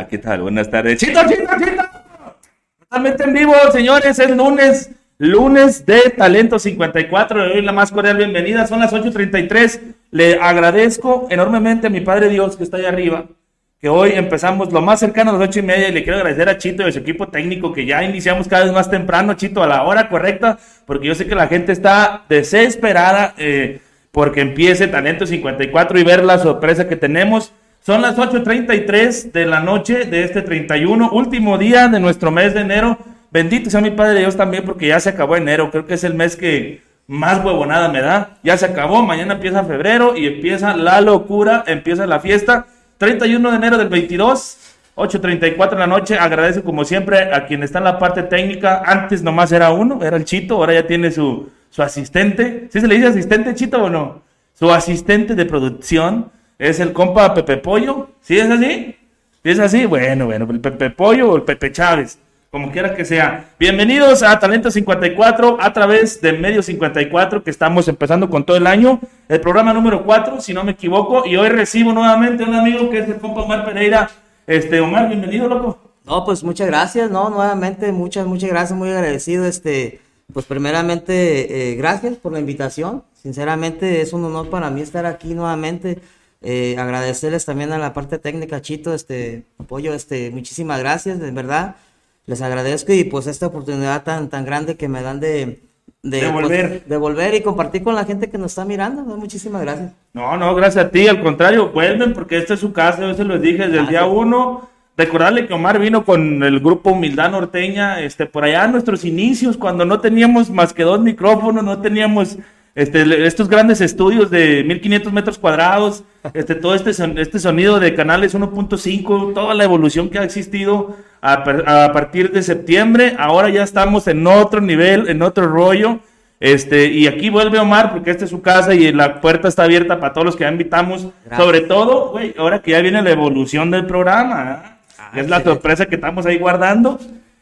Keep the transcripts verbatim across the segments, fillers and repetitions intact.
Hola, ¿qué tal? Buenas tardes. ¡Chito, chito, chito! Totalmente en vivo, señores, es lunes, lunes de Talento cincuenta y cuatro. Le doy la más cordial bienvenida, son las ocho treinta y tres. Le agradezco enormemente a mi Padre Dios que está ahí arriba, que hoy empezamos lo más cercano a las ocho y media, y le quiero agradecer a Chito y a su equipo técnico que ya iniciamos cada vez más temprano, Chito, a la hora correcta, porque yo sé que la gente está desesperada eh, porque empiece Talento cincuenta y cuatro y ver la sorpresa que tenemos. Son las ocho treinta y tres de la noche de este treinta y uno, último día de nuestro mes de enero. Bendito sea mi Padre Dios también, porque ya se acabó enero. Creo que es el mes que más huevonada me da. Ya se acabó, mañana empieza febrero y empieza la locura, empieza la fiesta. treinta y uno de enero del veintidós, ocho treinta y cuatro de la noche. Agradezco como siempre a quien está en la parte técnica. Antes nomás era uno, era el Chito, ahora ya tiene su, su asistente. ¿Sí se le dice asistente, Chito, o no? Su asistente de producción es el compa Pepe Pollo. ¿Sí es así? ¿Sí es así? Bueno, bueno, el Pepe Pollo o el Pepe Chávez, como quiera que sea. Bienvenidos a Talento cincuenta y cuatro a través de Medio cincuenta y cuatro, que estamos empezando con todo el año. El programa número cuatro, si no me equivoco. Y hoy recibo nuevamente a un amigo que es el compa Omar Pereira. Este, Omar, bienvenido, loco. No, pues muchas gracias, no, nuevamente, muchas, muchas gracias, muy agradecido. Este, pues primeramente, eh, gracias por la invitación. Sinceramente, es un honor para mí estar aquí nuevamente. Eh, agradecerles también a la parte técnica, Chito, este, Pollo, este, muchísimas gracias, de verdad. Les agradezco y pues esta oportunidad tan, tan grande que me dan de, de, de, volver. Pues, de volver y compartir con la gente que nos está mirando, ¿no? Muchísimas gracias. No, no, gracias a ti, al contrario, vuelven porque esta es su casa, yo se los dije desde el día uno. Recordarle que Omar vino con el grupo Humildad Norteña, este, por allá en nuestros inicios, cuando no teníamos más que dos micrófonos, no teníamos este, estos grandes estudios de mil quinientos metros cuadrados, este, todo este, son, este sonido de canales uno punto cinco, toda la evolución que ha existido a, a partir de septiembre. Ahora ya estamos en otro nivel, en otro rollo. Este, y aquí vuelve Omar porque esta es su casa y la puerta está abierta para todos los que ya invitamos. Gracias. Sobre todo, güey, ahora que ya viene la evolución del programa, ¿eh? Ah, es la sorpresa que estamos ahí guardando.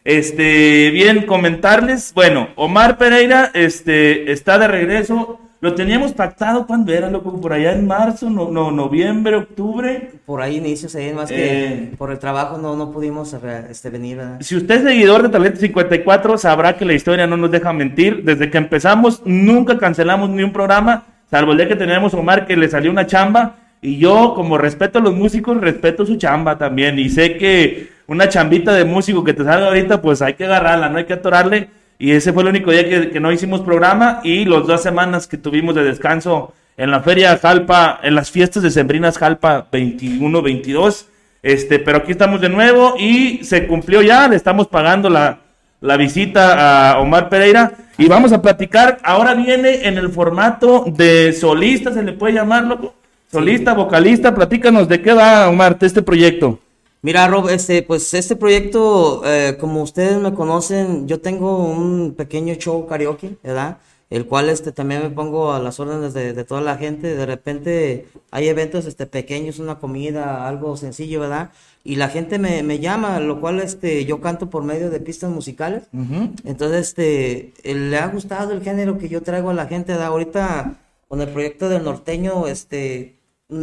Este, bien, comentarles, bueno, Omar Pereira, este, está de regreso. Lo teníamos pactado cuando era, loco, por allá en marzo, no, no, noviembre, octubre. Por ahí inicios, ahí más eh, que por el trabajo no, no pudimos este, venir, ¿verdad? Si usted es seguidor de Talento cincuenta y cuatro, sabrá que la historia no nos deja mentir. Desde que empezamos, nunca cancelamos ni un programa, salvo el día que teníamos a Omar que le salió una chamba. Y yo, como respeto a los músicos, respeto su chamba también. Y sé que una chambita de músico que te salga ahorita, pues hay que agarrarla, no hay que atorarle. Y ese fue el único día que, que no hicimos programa, y los dos semanas que tuvimos de descanso en la feria Jalpa, en las fiestas decembrinas Jalpa veintiuno veintidós. Este, pero aquí estamos de nuevo y se cumplió ya, le estamos pagando la, la visita a Omar Pereira y vamos a platicar. Ahora viene en el formato de solista, se le puede llamar, loco. Solista, sí. Vocalista, platícanos de qué va, Omar, este proyecto. Mira, Rob, este, pues este proyecto, eh, como ustedes me conocen, yo tengo un pequeño show karaoke, ¿verdad? El cual este, también me pongo a las órdenes de, de toda la gente. De repente hay eventos este, pequeños, una comida, algo sencillo, ¿verdad? Y la gente me, me llama, lo cual este, yo canto por medio de pistas musicales. Uh-huh. Entonces, este, le ha gustado el género que yo traigo a la gente, ¿verdad? Ahorita con el proyecto del norteño, este,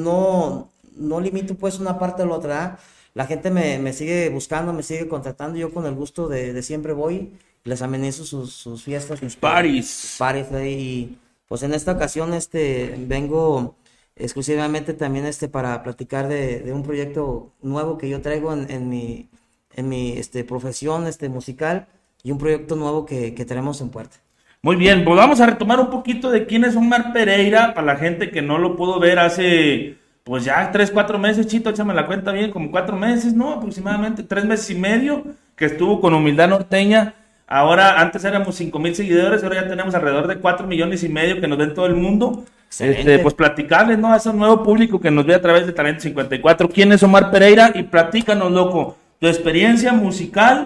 no, no limito pues una parte a la otra, ¿verdad? La gente me, me sigue buscando, me sigue contratando. Yo con el gusto de, de siempre voy, les amenizo sus, sus fiestas, sus parties. Sus parties, y pues en esta ocasión este, vengo exclusivamente también este, para platicar de, de un proyecto nuevo que yo traigo en, en mi, en mi este, profesión este, musical, y un proyecto nuevo que, que tenemos en puerta. Muy bien, pues vamos a retomar un poquito de quién es Omar Pereira, para la gente que no lo pudo ver hace... Pues ya tres, cuatro meses, Chito, échame la cuenta bien, como cuatro meses, ¿no? Aproximadamente, tres meses y medio, que estuvo con Humildad Norteña. Ahora, antes éramos cinco mil seguidores, ahora ya tenemos alrededor de cuatro millones y medio que nos ven todo el mundo. Este, pues platicarles, ¿no? A ese nuevo público que nos ve a través de Talento cincuenta y cuatro. ¿Quién es Omar Pereira? Y platícanos, loco, tu experiencia musical,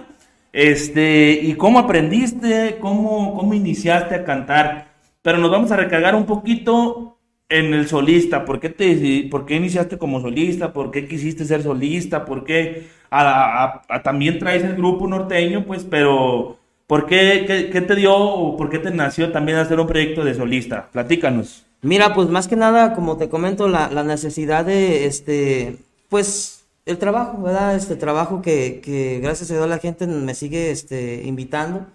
este, y cómo aprendiste, cómo, cómo iniciaste a cantar. Pero nos vamos a recargar un poquito en el solista. ¿Por qué, te, ¿Por qué iniciaste como solista? ¿Por qué quisiste ser solista? ¿Por qué a, a, a, también traes el grupo norteño? Pues, pero ¿por qué, qué, qué te dio o por qué te nació también hacer un proyecto de solista? Platícanos. Mira, pues más que nada, como te comento, la, la necesidad de, este, pues, el trabajo, ¿verdad? Este trabajo que, que gracias a Dios la gente me sigue este, invitando.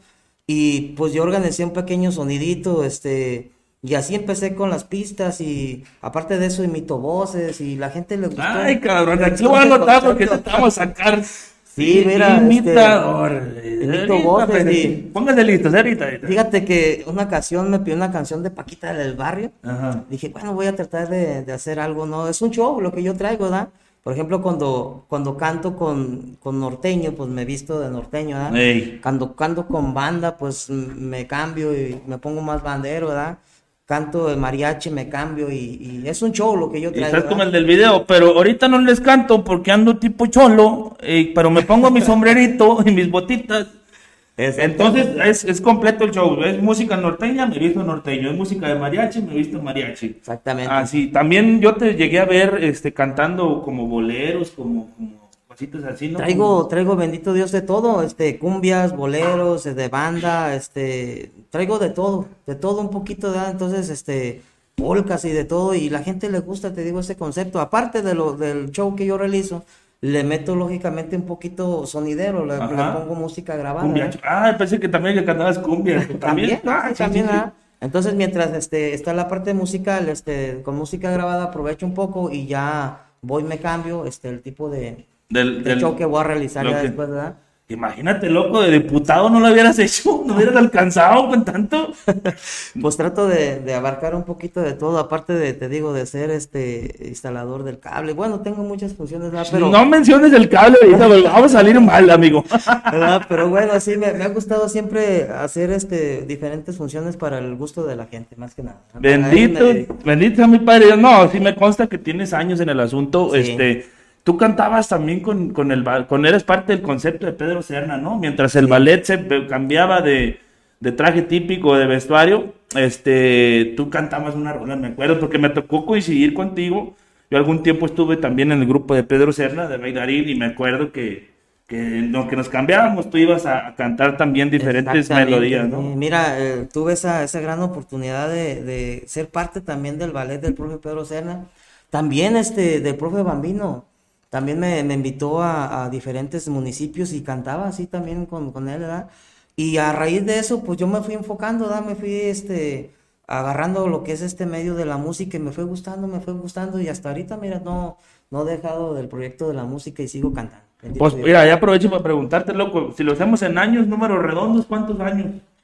Y pues yo organicé un pequeño sonidito, este, y así empecé con las pistas y aparte de eso imito voces y la gente le gustó. Ay, cabrón, aquí lo voy a anotar porque necesitamos sacar. Sí, mira, imitador. Este, imito voces y... Póngase listos, ahorita, ahorita. Fíjate que una ocasión me pidió una canción de Paquita del Barrio. Ajá. Dije, bueno, voy a tratar de, de hacer algo, ¿no? Es un show lo que yo traigo, ¿verdad? Por ejemplo, cuando, cuando canto con, con norteño, pues me visto de norteño, ¿verdad? Ey. Cuando canto con banda, pues m- me cambio y me pongo más bandero, ¿verdad? Canto de mariachi, me cambio y, y es un show lo que yo Y traigo, estás como ¿verdad? el del video, pero ahorita no les canto porque ando tipo cholo, eh, pero me pongo mi sombrerito y mis botitas. Entonces es, es completo el show. Es música norteña, me visto norteño. Es música de mariachi, me visto mariachi. Exactamente. Así, también yo te llegué a ver este, cantando como boleros, como, como cositas así, ¿no? Traigo, Como- traigo, bendito Dios, de todo, este, cumbias, boleros, eh, de banda, este, traigo de todo, de todo un poquito, ¿verdad? Entonces, este, polcas y de todo, y la gente le gusta, te digo, ese concepto. Aparte de lo, del show que yo realizo, le meto lógicamente un poquito sonidero, le, le Ajá. pongo música grabada, Cumbia. ¿verdad? Ah, pensé que también que cantabas cumbia. También, ¿no? Ah, Sí, sí, también, sí, sí. ¿verdad? Entonces, mientras este, está la parte musical, este, con música grabada, aprovecho un poco y ya voy, me cambio, este, el tipo de, Del, de del- show que voy a realizar lo ya que- después, ¿verdad? Imagínate, loco, de diputado no lo hubieras hecho, no hubieras alcanzado con tanto. Pues trato de, de abarcar un poquito de todo, aparte de, te digo, de ser este instalador del cable. Bueno, tengo muchas funciones, ¿verdad? Pero, No menciones el cable ahorita, porque vamos a salir mal, amigo. ¿verdad? Pero bueno, sí, me, me ha gustado siempre hacer este diferentes funciones para el gusto de la gente, más que nada. Bendito, Ahí me- bendito sea mi padre. No, sí me consta que tienes años en el asunto. Sí. Este, tú cantabas también con, con el ba- con eres parte del concepto de Pedro Serna, ¿no? Mientras el Sí. ballet se ve- cambiaba de, de traje típico de vestuario, este, tú cantabas una rola, me acuerdo, porque me tocó coincidir contigo. Yo algún tiempo estuve también en el grupo de Pedro Serna, de bailarín, y me acuerdo que, que lo que nos cambiábamos, tú ibas a, a cantar también diferentes Exactamente, melodías, sí. ¿no? Mira, eh, tuve esa, esa gran oportunidad de, de ser parte también del ballet del profe Pedro Serna, también este del profe Bambino, también me, me invitó a, a diferentes municipios y cantaba así también con, con él, ¿verdad? Y a raíz de eso, pues yo me fui enfocando, ¿verdad? Me fui este, agarrando lo que es este medio de la música y me fue gustando, me fue gustando y hasta ahorita, mira, no, no he dejado del proyecto de la música y sigo cantando. Bendito Pues Dios. mira, ya aprovecho para preguntarte, loco, si lo hacemos en años, números redondos, ¿cuántos años?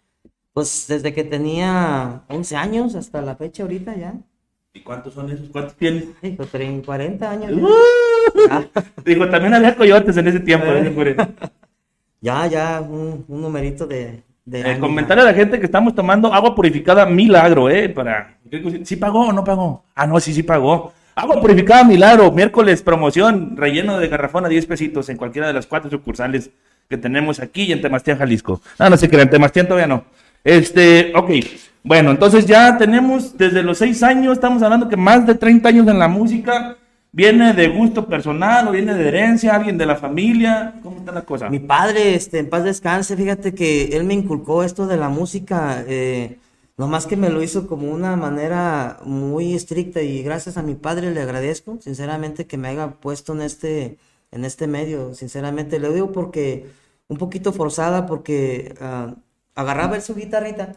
Pues desde que tenía once años hasta la fecha ahorita ya. ¿Y cuántos son esos? ¿Cuántos tienes? Hijo, trein- cuarenta años ya. ¡Uh! Digo, también había coyotes en ese tiempo. Eh. ¿eh, Cure? Ya, ya, un, un numerito de, de Eh, años comentarle a la gente que estamos tomando agua purificada Milagro, ¿eh? Para... ¿Sí pagó o no pagó? Ah, no, sí, sí pagó. Agua purificada Milagro, miércoles, promoción, relleno de garrafón a diez pesitos en cualquiera de las cuatro sucursales que tenemos aquí y en Temastián, Jalisco. Ah, no sé qué, en Temastián todavía no. Este, ok. Bueno, entonces ya tenemos desde los seis años, estamos hablando que más de treinta años en la música. ¿Viene de gusto personal o viene de herencia? ¿Alguien de la familia? ¿Cómo está la cosa? Mi padre, este, en paz descanse, fíjate que él me inculcó esto de la música, eh, nomás que me lo hizo como una manera muy estricta y gracias a mi padre le agradezco, sinceramente, que me haya puesto en este, en este medio, sinceramente, le digo porque un poquito forzada porque ah, agarraba él su guitarrita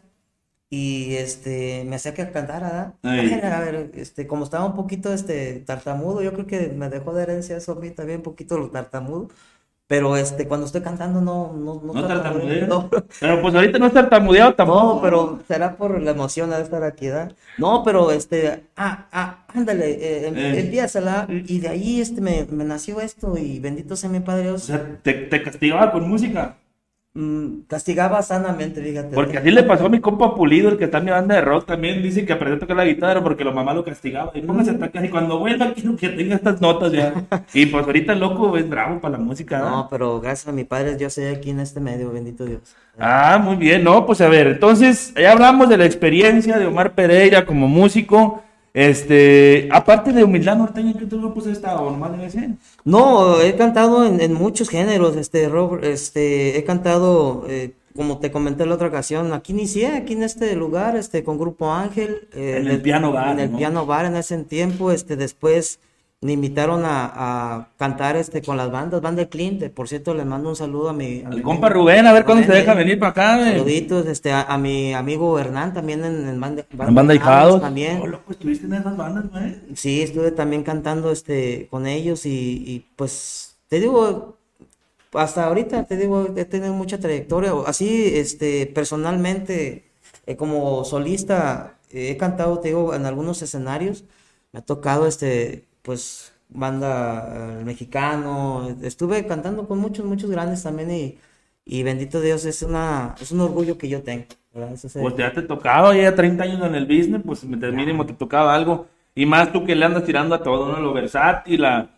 y este me hacía que cantara, ¿verdad? Ay. A ver, este, como estaba un poquito este tartamudo, yo creo que me dejó de herencia eso a mí también un poquito lo tartamudo. Pero este, cuando estoy cantando no, no, no ¿No tartamudeo, tartamudeas? no. Pero pues ahorita no es tartamudeado tampoco. No, pero será por la emoción de estar aquí, ¿verdad? No, pero este, ah, ah, ándale, eh, em- Eh. empiézala, y de ahí este me, me nació esto, y bendito sea mi Padre O Dios, sea, te, te castigaba con música. mm, castigaba sanamente, fíjate. Porque así le pasó a mi compa Pulido, el que está en mi banda de rock, también dice que aprendió a tocar la guitarra porque la mamá lo castigaba. Y póngase a tocar, y cuando vuelva quiero que tenga estas notas ya. Y pues ahorita el loco es bravo para la música, ¿no? No, pero gracias a mi Padre yo estoy aquí en este medio, bendito Dios. Ah, muy bien, no, pues a ver, entonces ya hablamos de la experiencia de Omar Pereira como músico. Este, aparte de Humildad Norteña, ¿en qué otros grupos has estado? ¿O nomás en ese? No, he cantado en, en muchos géneros, este, Rob, este, he cantado, eh, como te comenté la otra ocasión, aquí inicié, aquí en este lugar, este, con Grupo Ángel. eh, En el piano bar, En el ¿no? piano bar en ese tiempo, este, después me invitaron a, a cantar este con las bandas, banda de Clint, por cierto les mando un saludo a mi... A El mi compa amigo Rubén, a ver cuándo se Rubén, deja eh. venir para acá, güey. Saluditos este, a, a mi amigo Hernán también en, en banda, En banda Hijados. también. Oh, loco, estuviste en esas bandas, güey. Sí, estuve también cantando este con ellos y, y pues te digo, hasta ahorita te digo, he tenido mucha trayectoria, o así este personalmente eh, como solista eh, he cantado, te digo, en algunos escenarios, me ha tocado este pues banda eh, mexicano, estuve cantando con muchos muchos grandes también y, y bendito Dios es una es un orgullo que yo tengo, ¿verdad? Eso se- Pues ya te tocaba, ya treinta años en el business, pues mínimo te tocaba algo. Y más tú que le andas tirando a todo, ¿no? Lo versátil, la,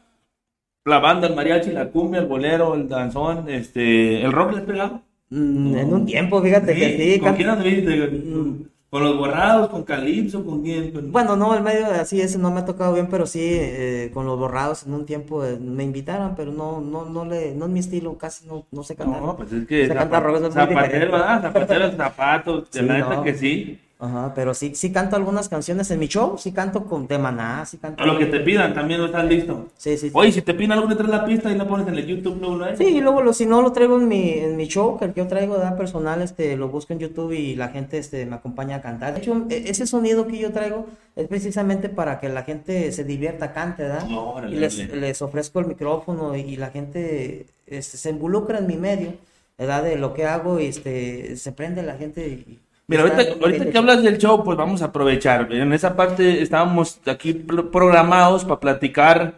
la banda, el mariachi, la cumbia, el bolero, el danzón, este, ¿el rock le has pegado? Mm, en un tiempo, fíjate que sí, ¿Con can- quién anduviste? Mm. ¿Con los borrados, con Calipso, con quién? Con- Bueno, no, el medio así ese no me ha tocado bien, pero sí eh, con los borrados en un tiempo eh, me invitaron, pero no, no, no le, no es mi estilo, casi no, no sé cantar. No, pues es que Se canta zapa- rock, es muy zapatero, diferente. ¿verdad? Zapatero, zapatos, de Sí, la neta no. que sí. Ajá, pero sí, sí canto algunas canciones en mi show, sí canto con de Maná, sí canto. A lo que te pidan, también no estás listo. Sí, sí, sí. Oye, si te piden algo detrás de la pista y la pones en el YouTube, luego lo Sí, y luego lo, si no lo traigo en mi, en mi show, que yo traigo de personal, este, lo busco en YouTube y la gente este, me acompaña a cantar. De hecho, e- ese sonido que yo traigo es precisamente para que la gente se divierta, cante, ¿verdad? No, órale, Y les, órale. les ofrezco el micrófono y la gente este, se involucra en mi medio, ¿verdad? De lo que hago y este, se prende la gente. Y, Mira, está ahorita, bien ahorita hecho. que hablas del show, pues vamos a aprovechar. En esa parte estábamos aquí pro- programados para platicar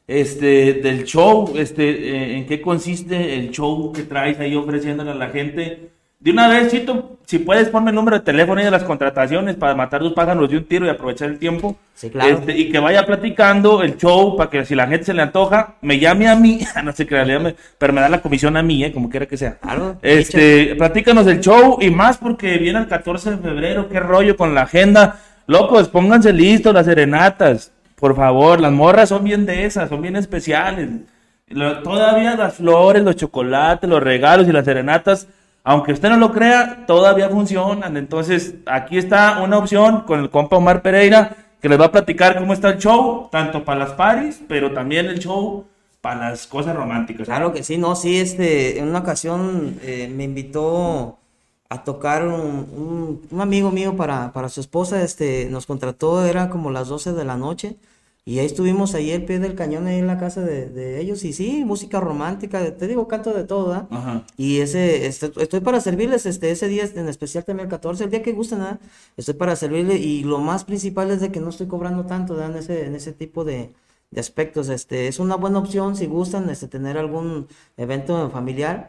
este, del show, este, eh, en qué consiste el show que traes ahí ofreciéndole a la gente. De una vez, Chito, si puedes ponme el número de teléfono y de las contrataciones para matar dos pájaros de un tiro y aprovechar el tiempo. Sí, claro. Este, y que vaya platicando el show para que si la gente se le antoja, me llame a mí, no sé qué, llame, pero me da la comisión a mí, eh, como quiera que sea. Claro, Este, platícanos del show y más porque viene el catorce de febrero, qué rollo con la agenda. Locos, pónganse listos las serenatas, por favor, las morras son bien de esas, son bien especiales. Lo- todavía las flores, los chocolates, los regalos y las serenatas, aunque usted no lo crea, todavía funcionan. Entonces, aquí está una opción con el compa Omar Pereira, que les va a platicar cómo está el show, tanto para las paris, pero también el show para las cosas románticas. Claro que sí, no, sí, este, en una ocasión eh, me invitó a tocar un, un, un amigo mío para, para su esposa, este, nos contrató, era como las doce de la noche, y ahí estuvimos ahí al pie del cañón, ahí en la casa de, de ellos, y sí, música romántica, te digo, canto de todo, ¿verdad? Ajá. Y ese, este, estoy para servirles, este, ese día en especial también el catorce, el día que gusten, ¿verdad? Estoy para servirles, y lo más principal es de que no estoy cobrando tanto, ¿verdad? En ese, en ese tipo de de aspectos, este, es una buena opción si gustan, este, tener algún evento familiar,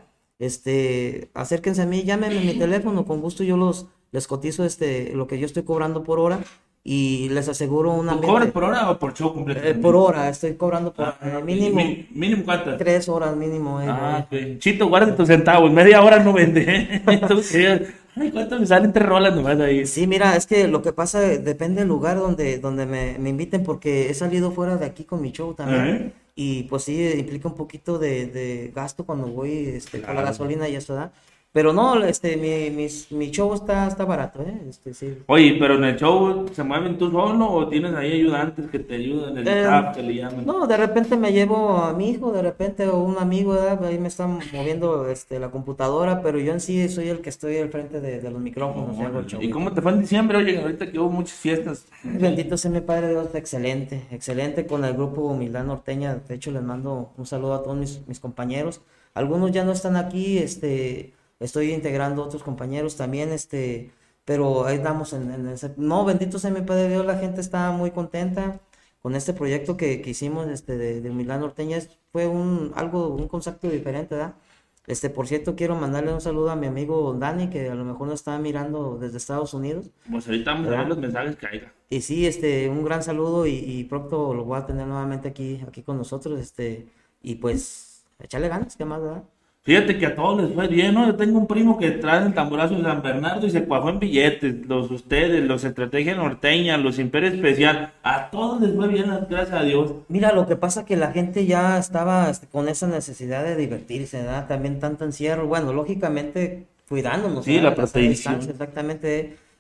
este, acérquense a mí, llámenme a mi teléfono, con gusto yo los, les cotizo, este, lo que yo estoy cobrando por hora, y les aseguro un ¿Tú ambiente, cobras por hora o por show completo? eh, por hora, estoy cobrando por Ah, eh, ok. mínimo, Mi- ¿Mínimo cuánto? tres horas mínimo, eh, Ah, ok. Chito, guarda tus centavos, media hora no vende. Entonces, ay, ¿cuánto me salen tres rolas nomás ahí? Sí, mira, es que lo que pasa eh, depende del lugar donde, donde me, me inviten, porque he salido fuera de aquí con mi show también. ¿Eh? Y pues sí, implica un poquito de, de gasto cuando voy este, con la Claro. gasolina y eso, ¿verdad? Pero no, este, mi, mis- mi show está, está barato, ¿eh? Este, sí. Oye, pero en el show, ¿se mueven tú solo o tienes ahí ayudantes que te ayudan, el Eh, staff que le llaman? No, de repente me llevo a mi hijo, de repente o un amigo, ¿verdad? Ahí me están moviendo este, la computadora, pero yo en sí soy el que estoy al frente de, de los micrófonos y hago el show. ¿Y cómo te fue en diciembre? Oye, ahorita que hubo muchas fiestas. Bendito sea mi Padre Dios, excelente, excelente con el grupo Humildad Norteña. De hecho, les mando un saludo a todos mis, mis compañeros. Algunos ya no están aquí, este, estoy integrando otros compañeros también, este, pero ahí estamos en, en ese... No, bendito sea mi Padre Dios, la gente está muy contenta con este proyecto que, que hicimos, este, de, de Humildad Norteña. Es- Fue un, algo, un concepto diferente, ¿verdad? Este, por cierto, quiero mandarle un saludo a mi amigo Dani, que a lo mejor nos está mirando desde Estados Unidos. Pues ahorita vamos a ver ¿Verdad? los mensajes que haya. Y sí, este, un gran saludo y, y pronto lo voy a tener nuevamente aquí, aquí con nosotros, este, y pues, echarle ganas, ¿qué más, verdad? Fíjate que a todos les fue bien, ¿no? Yo tengo un primo que trae el tamborazo de San Bernardo y se cuajó en billetes. Los ustedes, los Estrategia Norteña, los Imperio Especial, a todos les fue bien, gracias a Dios. Mira, lo que pasa que la gente ya estaba este, con esa necesidad de divertirse, ¿verdad? También tanto encierro, bueno, lógicamente cuidándonos, Sí, ¿verdad? la De sana protección. distancia, exactamente.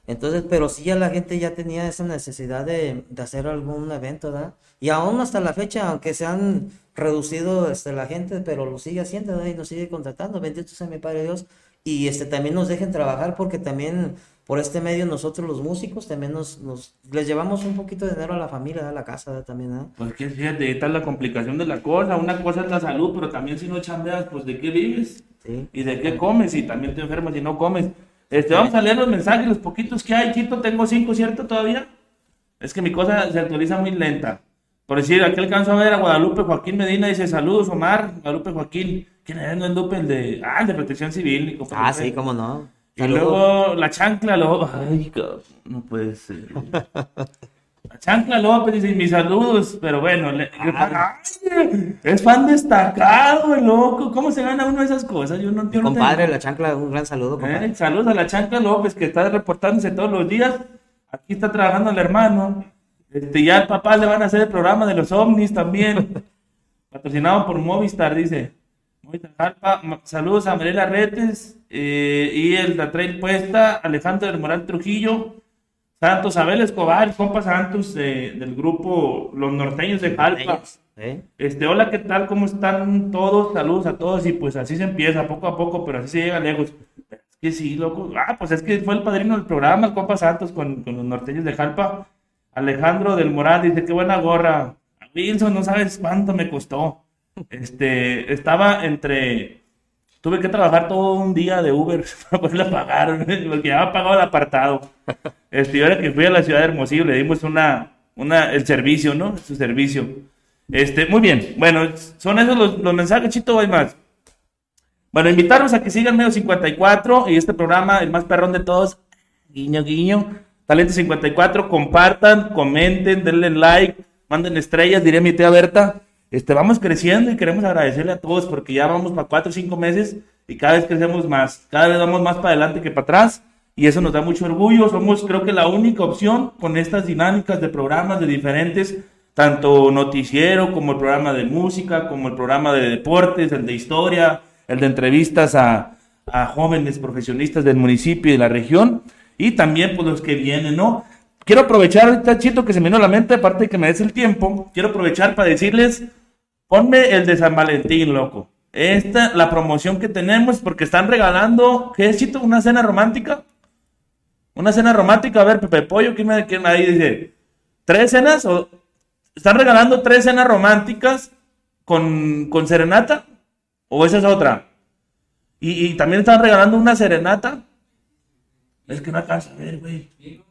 Entonces, pero sí ya la gente ya tenía esa necesidad de, de hacer algún evento, ¿verdad? Y aún hasta la fecha, aunque se han reducido este, la gente, pero lo sigue haciendo, ¿verdad? Y nos sigue contratando, bendito sea mi Padre Dios. Y este también nos dejen trabajar porque también por este medio nosotros los músicos también nos, nos les llevamos un poquito de dinero a la familia, a la casa, ¿verdad? También, ¿verdad? Pues que fíjate, ahí está la complicación de la cosa. Una cosa es la salud, pero también si no chambeas, pues ¿de qué vives? Sí. ¿Y de qué comes? Y también te enfermas y no comes. Este, vamos a leer los mensajes, los poquitos que hay, Chito. Tengo cinco, ¿cierto? Todavía. Es que mi cosa se actualiza muy lenta. Por decir, aquí alcanzo a ver a Guadalupe Joaquín Medina, dice, saludos, Omar. Guadalupe Joaquín. ¿Quién es Guadalupe? El de, ah, el de Protección Civil. Nico, Ah, sí, cómo no. Y luego la chancla, luego, ay, no puede ser. La chancla López dice, mis saludos, pero bueno, le, Ah. ay, es fan destacado, el loco. ¿Cómo se gana uno de esas cosas? Yo no, yo no Compadre, tengo- la chancla, un gran saludo, compadre. Eh, saludos a la chancla López, que está reportándose todos los días. Aquí está trabajando el hermano. Este, ya al papá le van a hacer el programa de los ovnis también. Patrocinado por Movistar, dice. Movistar Jalpa. Ma- Saludos a Mariela Retes eh, y el la trail puesta, Alejandro del Moral Trujillo, Santos, Abel Escobar, el compa Santos eh, del grupo Los Norteños de Jalpa. ¿Eh? Este, hola, ¿qué tal? ¿Cómo están todos? Saludos a todos y pues así se empieza, poco a poco, pero así se llega lejos. Es que sí, loco. Ah, pues es que fue el padrino del programa, el compa Santos con, con los norteños de Jalpa. Alejandro del Moral dice, qué buena gorra. Wilson, no sabes cuánto me costó. Este, estaba entre... Tuve que trabajar todo un día de Uber para poderla pagar, porque ya había pagado el apartado. Este, y ahora que fui a la ciudad de Hermosillo, le dimos una, una, el servicio, ¿no? Su servicio. Este, muy bien. Bueno, son esos los, los mensajes, Chito, hay más. Bueno, invitarlos a que sigan Medio cincuenta y cuatro y este programa, el más perrón de todos, guiño, guiño, Talento cincuenta y cuatro, compartan, comenten, denle like, manden estrellas, diré mi tía Berta. Este, vamos creciendo y queremos agradecerle a todos porque ya vamos para cuatro o cinco meses y cada vez crecemos más, cada vez vamos más para adelante que para atrás y eso nos da mucho orgullo. Somos, creo que, la única opción con estas dinámicas de programas de diferentes, tanto noticiero como el programa de música, como el programa de deportes, el de historia, el de entrevistas a, a jóvenes profesionistas del municipio y de la región y también pues los que vienen, ¿no? Quiero aprovechar ahorita, Chito, que se me vino a la mente, aparte de que me des el tiempo, quiero aprovechar para decirles, ponme el de San Valentín, loco. Esta, la promoción que tenemos, porque están regalando, ¿qué es, Chito? ¿Una cena romántica? ¿Una cena romántica? A ver, Pepe Pollo, ¿quién me quién ahí dice? ¿Tres cenas? ¿O están regalando tres cenas románticas con, con serenata? ¿O esa es otra? ¿Y, y también están regalando una serenata? Es que no alcanza a ver, güey.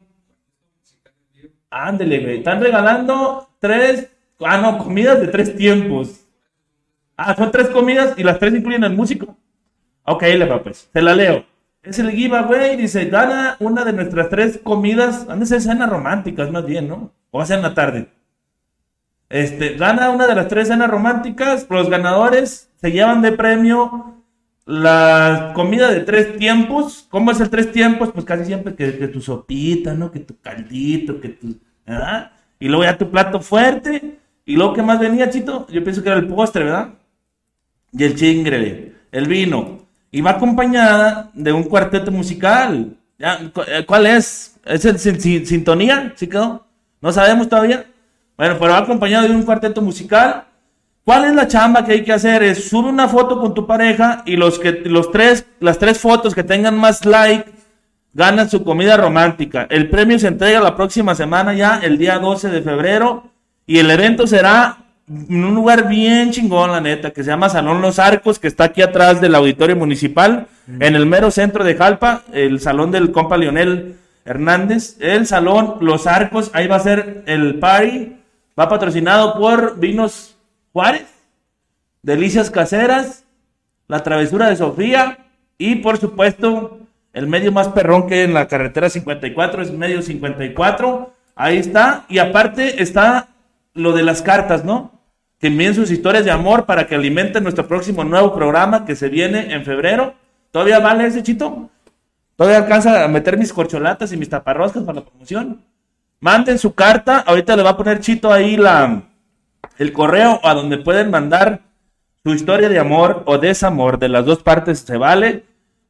Ándele, güey. Están regalando tres, ah, no, comidas de tres tiempos. Ah, son tres comidas y las tres incluyen al músico. Ok, le va pues. Se la leo. Es el giveaway, dice, gana una de nuestras tres comidas. Han de ser cenas románticas más bien, ¿no? O va a ser en la tarde. Este, gana una de las tres cenas románticas. Los ganadores se llevan de premio la comida de tres tiempos. ¿Cómo es el tres tiempos? Pues casi siempre que, que tu sopita, ¿no? Que tu caldito, que tu... ¿verdad? Y luego ya tu plato fuerte. Y luego, ¿qué más venía, Chito? Yo pienso que era el postre, ¿verdad? Y el chingre, el vino. Y va acompañada de un cuarteto musical. ¿Ya? ¿Cuál es? ¿Es el sin, sin, Sintonía? ¿Sí quedó? ¿No sabemos todavía? Bueno, pero va acompañado de un cuarteto musical. ¿Cuál es la chamba que hay que hacer? Es sube una foto con tu pareja y los que los tres, las tres fotos que tengan más like ganan su comida romántica. El premio se entrega la próxima semana ya, el día doce de febrero, y el evento será en un lugar bien chingón, la neta, que se llama Salón Los Arcos, que está aquí atrás del Auditorio Municipal, mm. en el mero centro de Jalpa, el salón del compa Leonel Hernández, el Salón Los Arcos, ahí va a ser el party, va patrocinado por Vinos Juárez, Delicias Caseras, La Travesura de Sofía y por supuesto el medio más perrón que en la carretera cincuenta y cuatro es Medio cincuenta y cuatro, ahí está, y aparte está lo de las cartas, ¿no? Que envíen sus historias de amor para que alimenten nuestro próximo nuevo programa que se viene en febrero. ¿Todavía vale ese, Chito? ¿Todavía alcanza a meter mis corcholatas y mis taparroscas para la promoción? Manden su carta, ahorita le va a poner Chito ahí la, el correo a donde pueden mandar su historia de amor o desamor, de las dos partes se vale.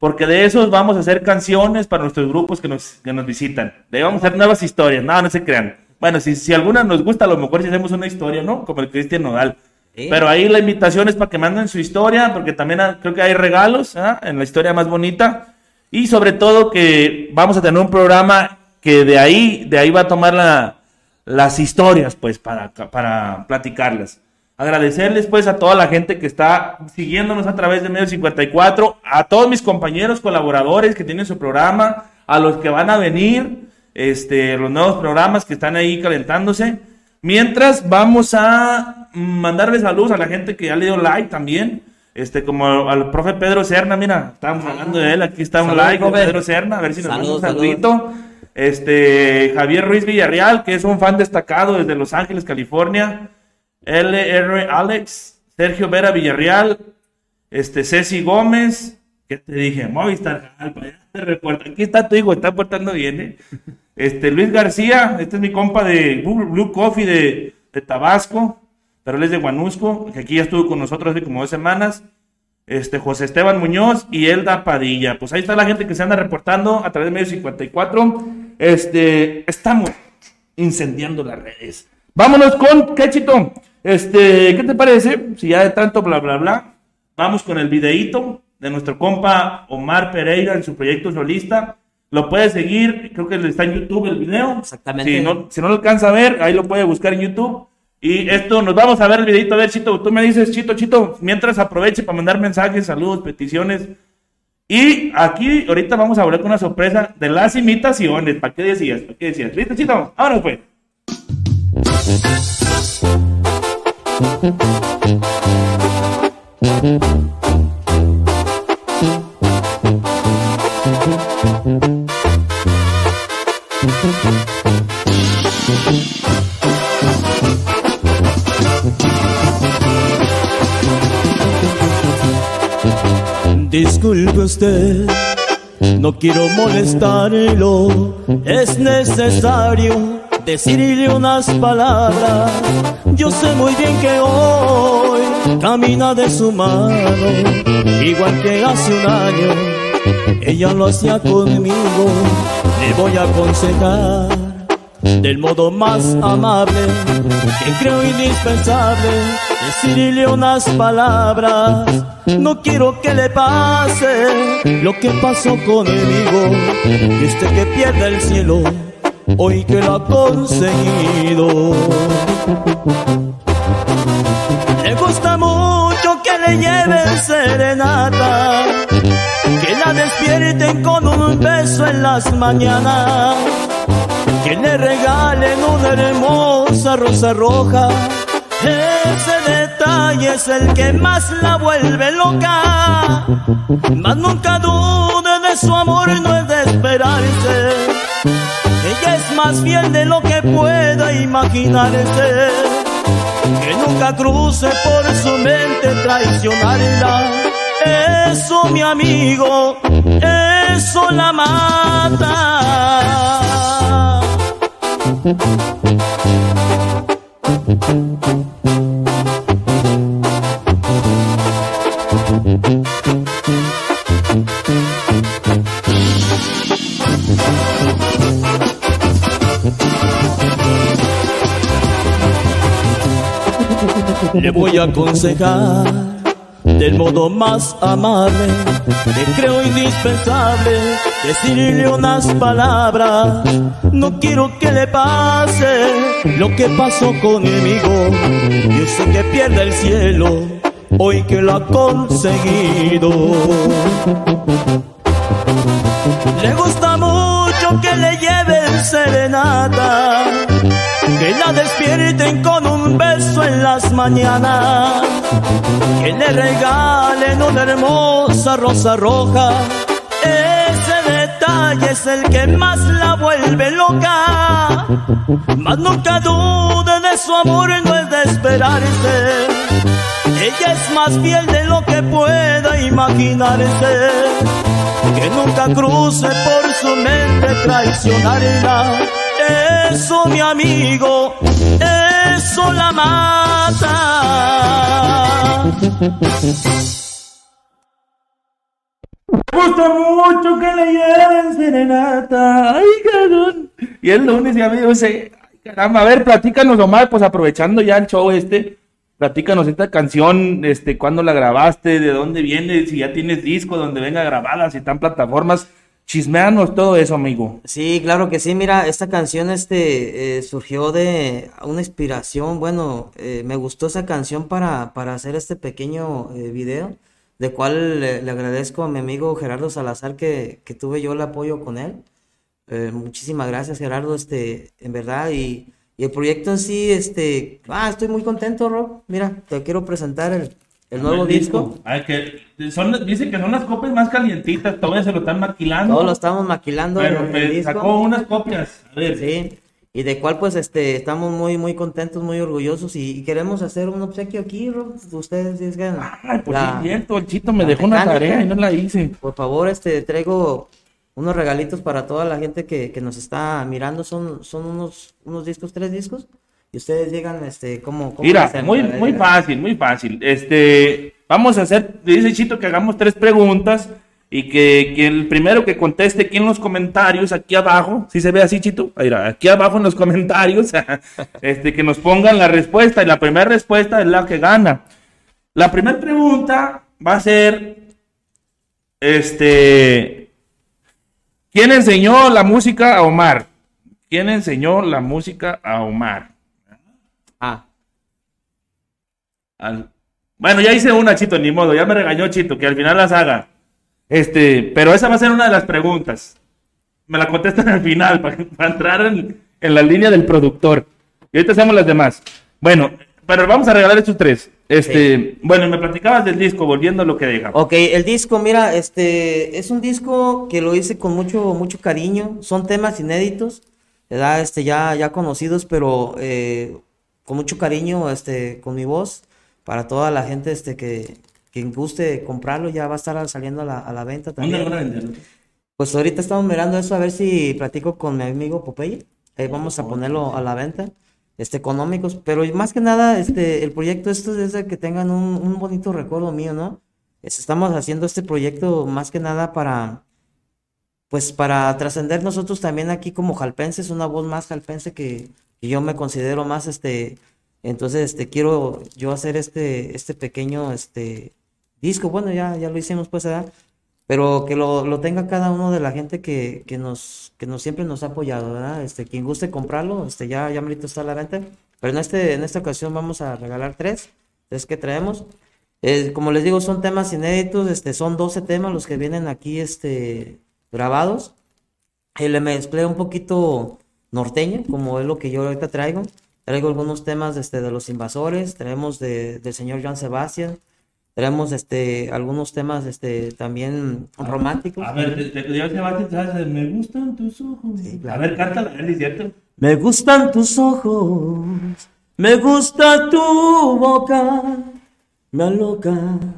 porque de esos vamos a hacer canciones para nuestros grupos que nos, que nos visitan. De ahí vamos a hacer nuevas historias, no, no se crean. Bueno, si, si alguna nos gusta, a lo mejor si hacemos una historia, ¿no? Como el Cristian Nodal. ¿Sí? Pero ahí la invitación es para que manden su historia, porque también ha, creo que hay regalos, ¿eh? En la historia más bonita. Y sobre todo que vamos a tener un programa que de ahí, de ahí va a tomar la, las historias, pues, para, para platicarlas. Agradecerles, pues, a toda la gente que está siguiéndonos a través de Medio cincuenta y cuatro, a todos mis compañeros colaboradores que tienen su programa, a los que van a venir, este, los nuevos programas que están ahí calentándose. Mientras, vamos a mandarles saludos a la gente que ya le dio like también, este, como al profe Pedro Serna, mira, estábamos hablando de él, aquí está un like de Pedro Serna, a ver si nos manda un saludito. Este, Javier Ruiz Villarreal, que es un fan destacado desde Los Ángeles, California. L R Alex, Sergio Vera Villarreal, este Ceci Gómez, ¿qué te dije? Movistar, ya te recuerdo, aquí está tu hijo, está portando bien, ¿eh? Este Luis García, este es mi compa de Blue Coffee de, de Tabasco, pero él es de Guanusco, que aquí ya estuvo con nosotros hace como dos semanas. Este José Esteban Muñoz y Elda Padilla, pues ahí está la gente que se anda reportando a través de Medio cincuenta y cuatro. Este, estamos incendiando las redes. Vámonos con Quechito. Este, ¿qué te parece? Si ya de tanto bla bla bla, vamos con el videíto de nuestro compa Omar Pereira en su proyecto solista. Lo puede seguir, creo que está en YouTube el video. Exactamente. Si no, si no lo alcanza a ver, ahí lo puede buscar en YouTube. Y esto, nos vamos a ver el videito. A ver, Chito, tú me dices, Chito, Chito, mientras aproveche para mandar mensajes, saludos, peticiones. Y aquí, ahorita vamos a volver con una sorpresa de las imitaciones. ¿Para qué decías? ¿Para qué decías? ¿Listo, Chito? Vámonos, pues. Disculpe usted, no quiero molestarlo, es necesario decirle unas palabras. Yo sé muy bien que hoy camina de su mano, igual que hace un año ella lo hacía conmigo. Le voy a aconsejar del modo más amable, que creo indispensable decirle unas palabras. No quiero que le pase lo que pasó conmigo, y usted que pierda el cielo hoy que lo ha conseguido. Le gusta mucho que le lleven serenata, que la despierten con un beso en las mañanas, que le regalen una hermosa rosa roja. Ese detalle es el que más la vuelve loca. Mas nunca dude de su amor, no es de esperarse. Ella es más fiel de lo que pueda imaginarse. Que nunca cruce por su mente traicionarla. Eso, mi amigo, eso la mata. Le voy a aconsejar del modo más amable, que creo indispensable decirle unas palabras. No quiero que le pase lo que pasó conmigo, yo sé que pierde el cielo hoy que lo ha conseguido. Le gusta mucho que le lleven serenata, que la despierten con un beso en las mañanas, que le regalen una hermosa rosa roja. Ese detalle es el que más la vuelve loca. Mas nunca dude de su amor, no es de esperarse. Ella es más fiel de lo que pueda imaginarse. Que nunca cruce por su mente traicionarla. Eso, mi amigo, eso la mata. Me gusta mucho que le lleven serenata. Ay, cabrón. Y el lunes ya me dice, ay, caramba, a ver, platícanos, Omar, pues aprovechando ya el show este, platícanos esta canción, este, cuándo la grabaste, de dónde viene, si ya tienes disco, donde venga grabada, si están plataformas, chismeanos todo eso, amigo. Sí, claro que sí. Mira, esta canción este eh, surgió de una inspiración. Bueno, eh, me gustó esa canción para, para hacer este pequeño eh, video, de cual le, le agradezco a mi amigo Gerardo Salazar que, que tuve yo el apoyo con él. Eh, muchísimas gracias, Gerardo, este, en verdad. Y, y el proyecto en sí, este, ah, estoy muy contento, Rob. Mira, te quiero presentar el, el nuevo disco. Ay, que son, dicen que son las copias más calientitas, todavía se lo están maquilando. Todos lo estamos maquilando. Pero en el me disco. sacó unas copias. A ver. Sí, y de cual pues este estamos muy muy contentos, muy orgullosos y, y queremos hacer un obsequio aquí, Rob. Ustedes digan, Ay, pues la- sí, cierto, el Chito me la dejó una mecánica. tarea y no la hice. por favor, este traigo unos regalitos para toda la gente que, que nos está mirando. Son son unos unos discos, tres discos, y ustedes digan este cómo, cómo Mira, hacemos, muy, a ver, muy a ver. fácil, muy fácil. Este, vamos a hacer, dice Chito que hagamos tres preguntas y que, que el primero que conteste aquí en los comentarios, aquí abajo, ¿sí se ve así, Chito? Ahí va, aquí abajo en los comentarios, este, que nos pongan la respuesta y la primera respuesta es la que gana. La primera pregunta va a ser, este, ¿quién enseñó la música a Omar? ¿Quién enseñó la música a Omar? Ah, Al- Bueno, ya hice una, Chito, ni modo, ya me regañó Chito, que al final las haga. Este, pero esa va a ser una de las preguntas. Me la contestan al final, para, para entrar en, en la línea del productor. Y ahorita hacemos las demás. Bueno, pero vamos a regalar estos tres. Este, bueno, me platicabas del disco, volviendo a lo que dejamos. ok, el disco, mira, este es un disco que lo hice con mucho mucho cariño. Son temas inéditos, ¿verdad? Este ya ya conocidos, pero eh, con mucho cariño, este, con mi voz, para toda la gente este que, que guste comprarlo. Ya va a estar saliendo a la, a la venta ¿Dónde también. van a venderlo? Pues ahorita estamos mirando eso, a ver si platico con mi amigo Popeye. Ahí vamos a ponerlo a la venta, este, económicos, pero más que nada, este, el proyecto esto es de que tengan un, un bonito recuerdo mío, ¿no? Es- estamos haciendo este proyecto más que nada para, pues para trascender nosotros también aquí como jalpenses, una voz más jalpense que, que yo me considero más, este, entonces, este, quiero yo hacer este, este pequeño, este, disco. Bueno, ya, ya lo hicimos, pues, ¿verdad? Pero que lo, lo tenga cada uno de la gente que, que nos, que nos siempre nos ha apoyado, ¿verdad? Este, quien guste comprarlo, este, ya, ya merito está a la venta. Pero en este, en esta ocasión vamos a regalar tres, tres que traemos. Eh, como les digo, son temas inéditos, este, son doce temas los que vienen aquí, este, grabados. Y le mezclé un poquito norteño, como es lo que yo ahorita traigo. Traigo algunos temas, este, de Los Invasores, traemos de, del señor Joan Sebastián. Tenemos este algunos temas este también románticos. A ver, te, te, te, te, te, me gustan tus ojos. Sí, claro. A ver, cántala, ¿es cierto? Me gustan tus ojos, me gusta tu boca, me aloca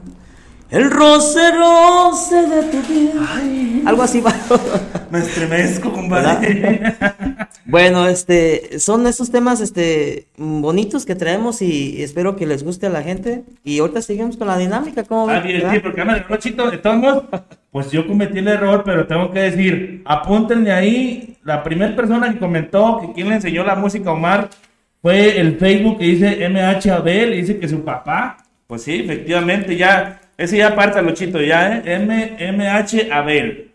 el roce, roce de tu piel. Ay, Algo así va. me estremezco, compadre. Bueno, este, son estos temas, este, bonitos que traemos y espero que les guste a la gente. Y ahorita seguimos con la dinámica, ¿cómo Ah, ven? bien, ¿Verdad? sí, porque me regaló Chito, de todos modos, pues yo cometí el error, pero tengo que decir, apúntenle ahí, la primera persona que comentó que quien le enseñó la música a Omar fue el Facebook que dice M H Abel, y dice que su papá, pues sí, efectivamente, ya, ese ya apártalo, Chito, ya, ¿eh? M M H Abel.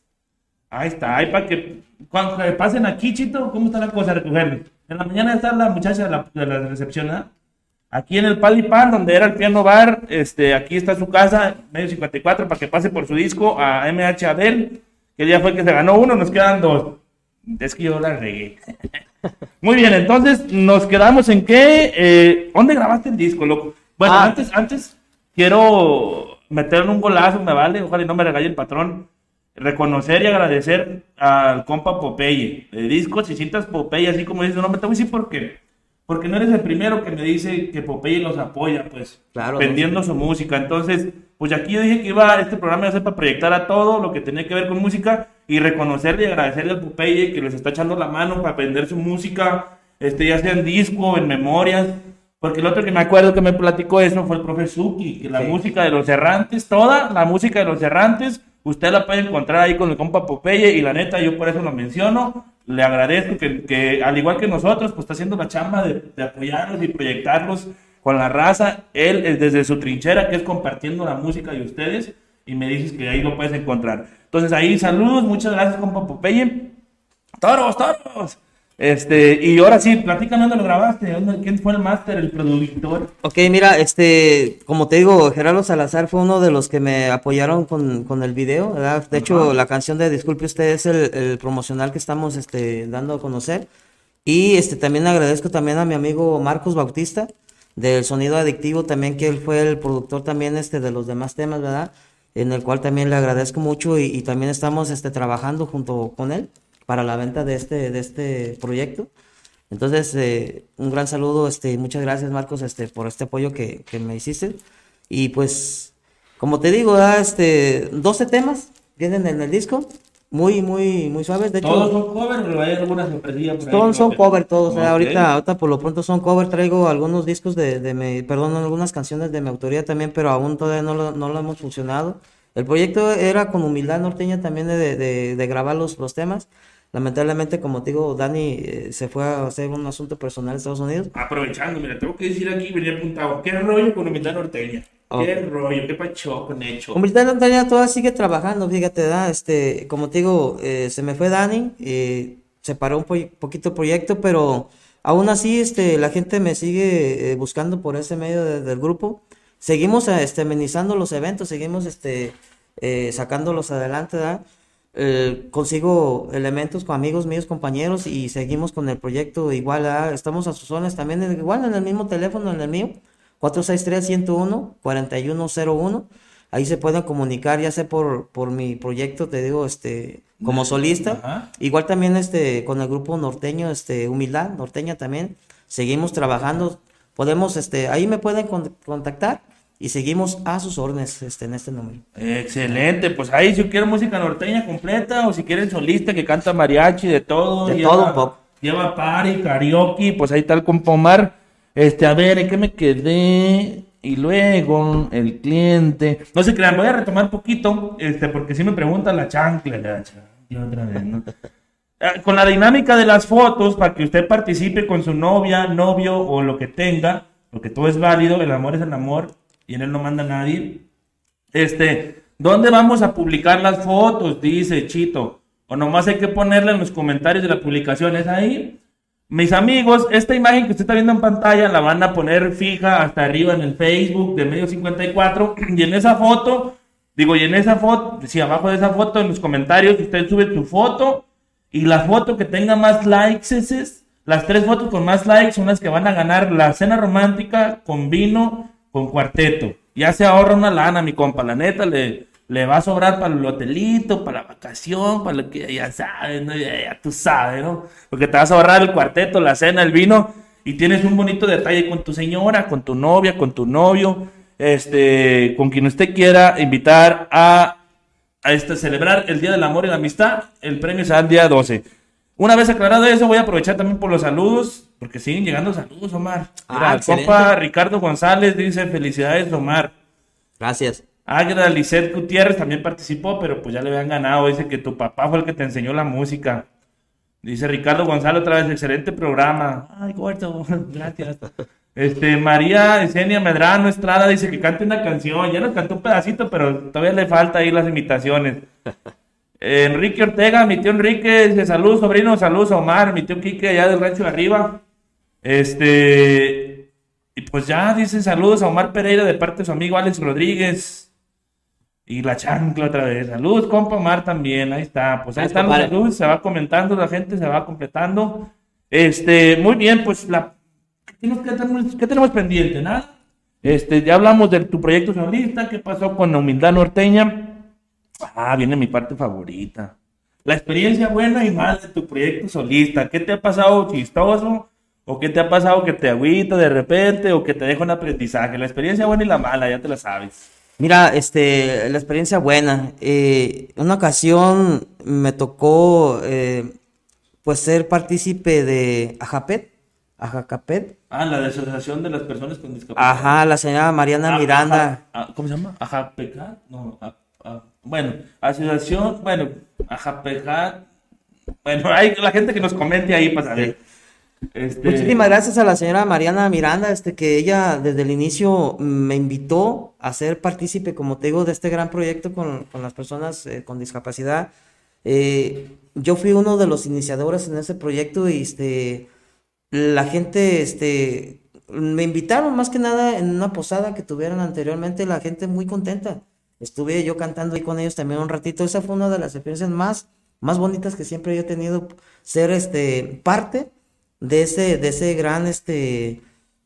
Ahí está, ahí para que cuando que pasen aquí, Chito, ¿cómo está la cosa? Recogerle. En la mañana está la muchacha de la, de la recepción, ¿eh? Aquí en el Palipan, donde era el piano bar, este, aquí está su casa, medio cincuenta y cuatro, para que pase por su disco a M H Abel, que ya fue el que se ganó uno, nos quedan dos. Es que yo la regué. Muy bien, entonces nos quedamos en que, eh, ¿dónde grabaste el disco, loco? Bueno, Ah. antes, antes quiero meterle un golazo, me vale, ojalá y no me regalle el patrón. Reconocer y agradecer al compa Popeye, de discos y cintas Popeye, así como dice su nombre. Te voy a decir por qué. Porque no eres el primero que me dice que Popeye los apoya, pues, Claro, vendiendo no, sí. su música. Entonces, pues aquí yo dije que iba, este programa iba a ser para proyectar a todo lo que tenía que ver con música y reconocerle y agradecerle al Popeye que les está echando la mano para vender su música, este, ya sea en disco, en memorias. Porque el otro que me acuerdo que me platicó eso fue el profe Suki, que la Sí. música de los errantes, toda la música de los errantes, usted la puede encontrar ahí con el compa Popeye, y la neta, yo por eso lo menciono. Le agradezco que, que al igual que nosotros, pues está haciendo la chamba de, de apoyarlos y proyectarlos con la raza. Él es desde su trinchera, que es compartiendo la música de ustedes, y me dices que ahí lo puedes encontrar. Entonces ahí, saludos, muchas gracias, compa Popeye. ¡Toros, toros! Este, y ahora sí, platícame dónde lo grabaste, ¿dónde, quién fue el máster, el productor? Ok, mira, este, como te digo, Gerardo Salazar fue uno de los que me apoyaron con, con el video, ¿verdad? De hecho, Ajá. la canción de Disculpe Usted es el, el promocional que estamos, este, dando a conocer. Y, este, también agradezco también a mi amigo Marcos Bautista, del Sonido Adictivo, también que él fue el productor también, este, de los demás temas, ¿verdad? En el cual también le agradezco mucho, y, y también estamos, este, trabajando junto con él para la venta de este, de este proyecto. Entonces, eh, un gran saludo, este, muchas gracias, Marcos, este, por este apoyo que, que me hiciste. Y pues, como te digo, ¿verdad? este, doce temas vienen en el disco, muy, muy, muy suaves. De hecho, ¿Todos son cover o hay alguna sorpresilla por ahí? todos son cover, todos. ¿verdad? Ok. Ahorita, ahorita por lo pronto son cover. Traigo algunos discos de, de mi, perdón, algunas canciones de mi autoría también, pero aún todavía no lo, no lo hemos funcionado. El proyecto era con Humildad Norteña también de, de, de grabar los, los temas. Lamentablemente, como te digo, Dani eh, se fue a hacer un asunto personal en Estados Unidos. Aprovechando, mira, tengo que decir aquí, venía apuntado, ¿qué rollo con Humildad Norteña? Ok. ¿Qué rollo? ¿Qué pacho con hecho? Humildad Norteña todavía sigue trabajando, fíjate, ¿verdad? Este, como te digo, eh, se me fue Dani, eh, se paró un po poquito el proyecto, pero aún así, este, la gente me sigue eh, buscando por ese medio de, del grupo. Seguimos eh, este, amenizando los eventos, seguimos este, eh, sacándolos adelante, ¿verdad? Eh, consigo elementos con amigos míos, compañeros, y seguimos con el proyecto igual, ¿verdad? Estamos a sus órdenes también, en- igual en el mismo teléfono, en el mío, cuatro seis tres, uno cero uno, cuatro uno cero uno. Ahí se pueden comunicar, ya sea por, por mi proyecto, te digo, este, como solista. Ajá. Igual también este, con el grupo norteño, este, Humildad Norteña también. Seguimos trabajando. Podemos, este, ahí me pueden con- contactar y seguimos a sus órdenes, este, en este número. Excelente, pues ahí si quieren música norteña completa o si quieren solista que canta mariachi, de todo. De lleva, todo un poco. Lleva party, karaoke, pues ahí está el compa Omar. Este, a ver, ¿en qué me quedé? Y luego el cliente. No se crean, voy a retomar un poquito, este, porque si me preguntan la chancla, la chancla otra vez, ¿no? Eh, Con la dinámica de las fotos, para que usted participe con su novia, novio o lo que tenga, porque todo es válido, el amor es el amor y en él no manda nadie. Este, ¿dónde vamos a publicar las fotos? Dice Chito. O nomás hay que ponerla en los comentarios de la publicación. ¿Es ahí? Mis amigos, esta imagen que usted está viendo en pantalla la van a poner fija hasta arriba en el Facebook de Medio cincuenta y cuatro. Y en esa foto, digo, y en esa foto, sí, abajo de esa foto, en los comentarios, usted sube su foto. Y la foto que tenga más likes, es, es- las tres fotos con más likes son las que van a ganar la cena romántica con vino, con cuarteto. Ya se ahorra una lana, mi compa, la neta, le, le va a sobrar para el hotelito, para la vacación, para lo que ya sabes, ¿no? Ya, ya tú sabes, ¿no? Porque te vas a ahorrar el cuarteto, la cena, el vino, y tienes un bonito detalle con tu señora, con tu novia, con tu novio, este, con quien usted quiera invitar a a este, celebrar el Día del Amor y la Amistad. El premio será el día doce. Una vez aclarado eso, voy a aprovechar también por los saludos, porque siguen llegando saludos, Omar. Mira, Ah, el excelente. compa Ricardo González dice, felicidades, Omar. Gracias. Águeda Lisette Gutiérrez también participó, pero pues ya le habían ganado. Dice que tu papá fue el que te enseñó la música. Dice Ricardo González otra vez, excelente programa. Ay, gordo, gracias. Este, María Esenia Medrano Estrada dice que cante una canción. Ya nos cantó un pedacito, pero todavía le falta ahí las imitaciones. Eh, Enrique Ortega, mi tío Enrique, dice saludos, sobrino, saludos a Omar, mi tío Quique allá del rancho de arriba. Este, y pues ya dice saludos a Omar Pereira de parte de su amigo Alex Rodríguez. Y la chancla otra vez. Saludos, compa Omar también. Ahí está. Pues ahí Gracias, están los compadre. saludos. Se va comentando, la gente se va completando. Este, muy bien, pues la. ¿Qué tenemos, qué tenemos, qué tenemos pendiente? ¿Nada? Este, ya hablamos de tu proyecto solista. ¿Qué pasó con la Humildad Norteña? Ah, viene mi parte favorita. La experiencia buena y mala de tu proyecto solista. ¿Qué te ha pasado chistoso? ¿O qué te ha pasado que te agüita de repente? ¿O que te deja un aprendizaje? La experiencia buena y la mala, ya te la sabes. Mira, este, la experiencia buena. Eh, una ocasión me tocó, eh, pues, ser partícipe de Ajapet, Ajacapet. Ah, la Asociación de las Personas con Discapacidad. Ajá, la señora Mariana Ah, Miranda. ajá, ah, ¿cómo se llama? Ajá, pecar. No, ah, ah, Bueno, asociación, bueno, Ajapeja, bueno, hay la gente que nos comente ahí para saber. Este... Muchísimas gracias a la señora Mariana Miranda, este, que ella desde el inicio me invitó a ser partícipe, como te digo, de este gran proyecto con, con las personas eh, con discapacidad. Eh, yo fui uno de los iniciadores en ese proyecto y este, la gente, este, me invitaron más que nada en una posada que tuvieron anteriormente, la gente muy contenta. Estuve yo cantando ahí con ellos también un ratito. Esa fue una de las experiencias más, más bonitas que siempre yo he tenido, ser este, parte de ese, de ese gran, este,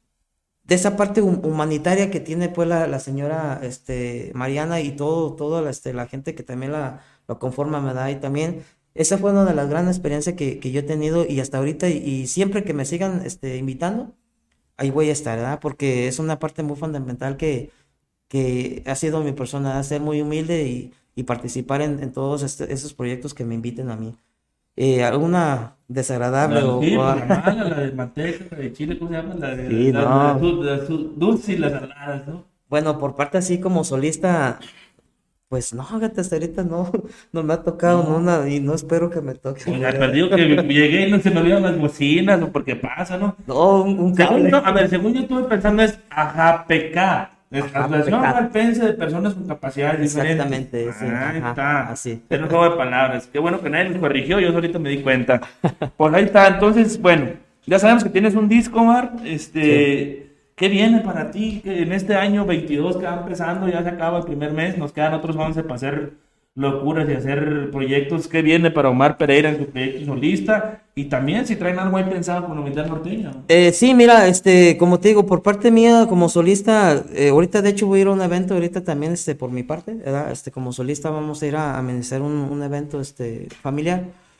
de esa parte humanitaria que tiene pues la, la señora este, Mariana y todo, todo la, este, la gente que también la, lo conforma, ¿verdad? Y también esa fue una de las grandes experiencias que, que yo he tenido y hasta ahorita y, y siempre que me sigan este, invitando, ahí voy a estar, ¿verdad? Porque es una parte muy fundamental que que ha sido mi persona, ser muy humilde y, y participar en, en todos este, esos proyectos que me inviten a mí. Eh, ¿Alguna desagradable la, o...? Sí, o... la mala, la de manteca, la de chile, ¿cómo se llama? La de, sí, la, no. la, de, la, de, dulce y las saladas, ¿no? Bueno, por parte así como solista, pues no, fíjate, hasta ahorita no, no me ha tocado no. Una, y no espero que me toque. O sea, perdido que llegué y no se me olvidan las bocinas o porque pasa, ¿no? No, un, un cable. Según, a ver, según yo estuve pensando es Ajapeca. Asociación Valpense de Personas con Capacidades Exactamente, Diferentes. sí, Ahí ajá, está. así. Es un juego de palabras. Qué bueno que nadie nos corrigió, yo solito me di cuenta. Pues ahí está. Entonces, bueno, ya sabemos que tienes un disco, Mar. Este, sí. ¿Qué viene para ti? Que en este año veintidós que va empezando, ya se acaba el primer mes, nos quedan otros once para hacer locuras y hacer proyectos. ¿Qué viene para Omar Pereira en su proyecto solista? Y también si traen algo ahí pensado con Humildad Norteña. Eh, sí, mira, este, como te digo, por parte mía como solista, eh, ahorita de hecho voy a ir a un evento, ahorita también, este, por mi parte, ¿verdad? Este, como solista vamos a ir a amenizar un, un evento, este, familiar.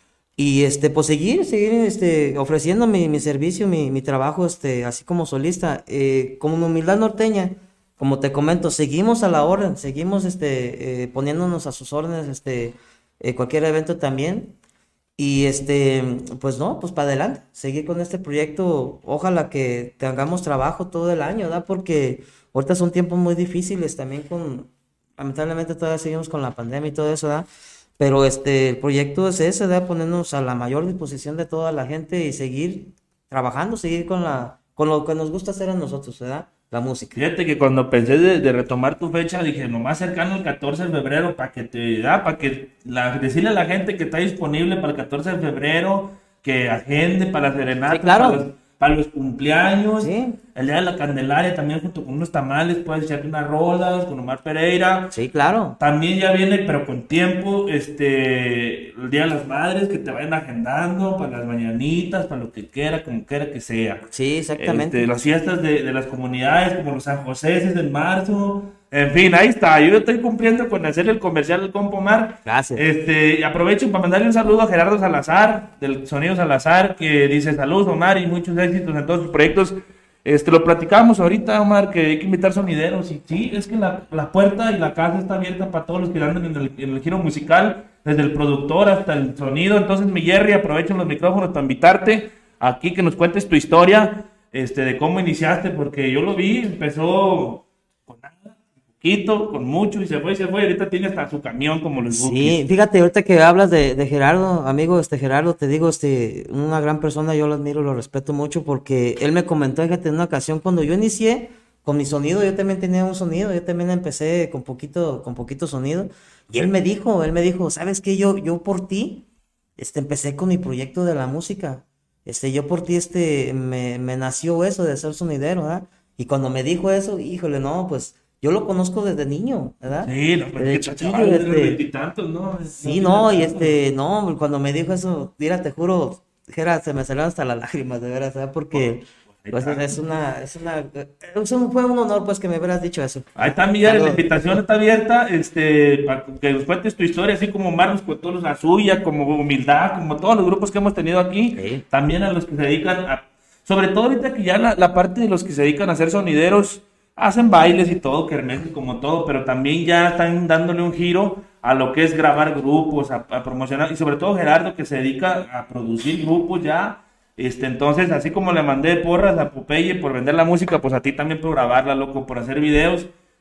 Y, este, pues seguir, seguir, este, ofreciendo mi, mi servicio, mi, mi trabajo, este, así como solista, eh, como Humildad Norteña. Como te comento, seguimos a la orden, seguimos este, eh, poniéndonos a sus órdenes, este, eh, cualquier evento también. Y este, pues no, pues para adelante, seguir con este proyecto. Ojalá que tengamos trabajo todo el año, ¿verdad? Porque ahorita son tiempos muy difíciles también con, lamentablemente todavía seguimos con la pandemia y todo eso, ¿verdad? Pero este, el proyecto es ese, ¿verdad? Ponernos a la mayor disposición de toda la gente y seguir trabajando, seguir con la, con lo que nos gusta hacer a nosotros, ¿verdad? La música. Fíjate que cuando pensé de, de retomar tu fecha, dije, lo más cercano al catorce de febrero, para que te da, para que la, decirle a la gente que está disponible para el catorce de febrero, que agende para la serenata, sí, claro. para, los, para los cumpleaños, sí. El día de la Candelaria también junto con unos tamales, puedes echarte unas rolas con Omar Pereira. Sí, claro. También ya viene, pero con tiempo, este, el Día de las Madres, que te vayan agendando para las mañanitas, para lo que quiera, como quiera que sea. Sí, exactamente. Este, las fiestas de, de las comunidades, como los San José es en marzo. En fin, ahí está. Yo estoy cumpliendo con hacer el comercial del compa Omar. Gracias. Este, aprovecho para mandarle un saludo a Gerardo Salazar, del Sonido Salazar, que dice saludos, Omar, y muchos éxitos en todos sus proyectos. Este, lo platicábamos ahorita, Omar, que hay que invitar sonideros. Y sí, es que la, la puerta y la casa está abierta para todos los que andan en el, en el giro musical, desde el productor hasta el sonido. Entonces, mi Jerry, aprovecho los micrófonos para invitarte aquí que nos cuentes tu historia, este, de cómo iniciaste, porque yo lo vi, empezó con nada, poquito, con mucho, y se fue, y se fue, y ahorita tiene hasta su camión como los Bukis. Sí, fíjate, ahorita que hablas de, de Gerardo, amigo, este Gerardo, te digo, este, una gran persona, yo lo admiro, lo respeto mucho, porque él me comentó, fíjate, en una ocasión, cuando yo inicié con mi sonido, yo también tenía un sonido, yo también empecé con poquito, con poquito sonido, y él me dijo, él me dijo, ¿sabes qué? Yo, yo por ti, este, empecé con mi proyecto de la música, este, yo por ti, este, me, me nació eso de ser sonidero, ¿verdad? Y cuando me dijo eso, híjole, no, pues, yo lo conozco desde niño, ¿verdad? Sí, no, desde chiquillo, este... de veintitantos, ¿no? Sí, no, y este, no, cuando me dijo eso, mira, te juro, Gera, se me salieron hasta las lágrimas, de veras, ¿verdad? Porque, pues, es una, es una, es un, fue un honor, pues, que me hubieras dicho eso. Ahí está, Miguel, la invitación está abierta, este, para que nos cuentes tu historia, así como Omar nos contó la suya, como Humildad, como todos los grupos que hemos tenido aquí, sí. También a los que se dedican a, sobre todo ahorita que ya la, la parte de los que se dedican a hacer sonideros, hacen bailes y todo, kermeses como todo, pero también ya están dándole un giro a lo que es grabar grupos, a, a promocionar, y sobre todo Gerardo, que se dedica a producir grupos ya, este, entonces, así como le mandé porras a Popeye por vender la música, pues a ti también por grabarla, loco, por hacer videos,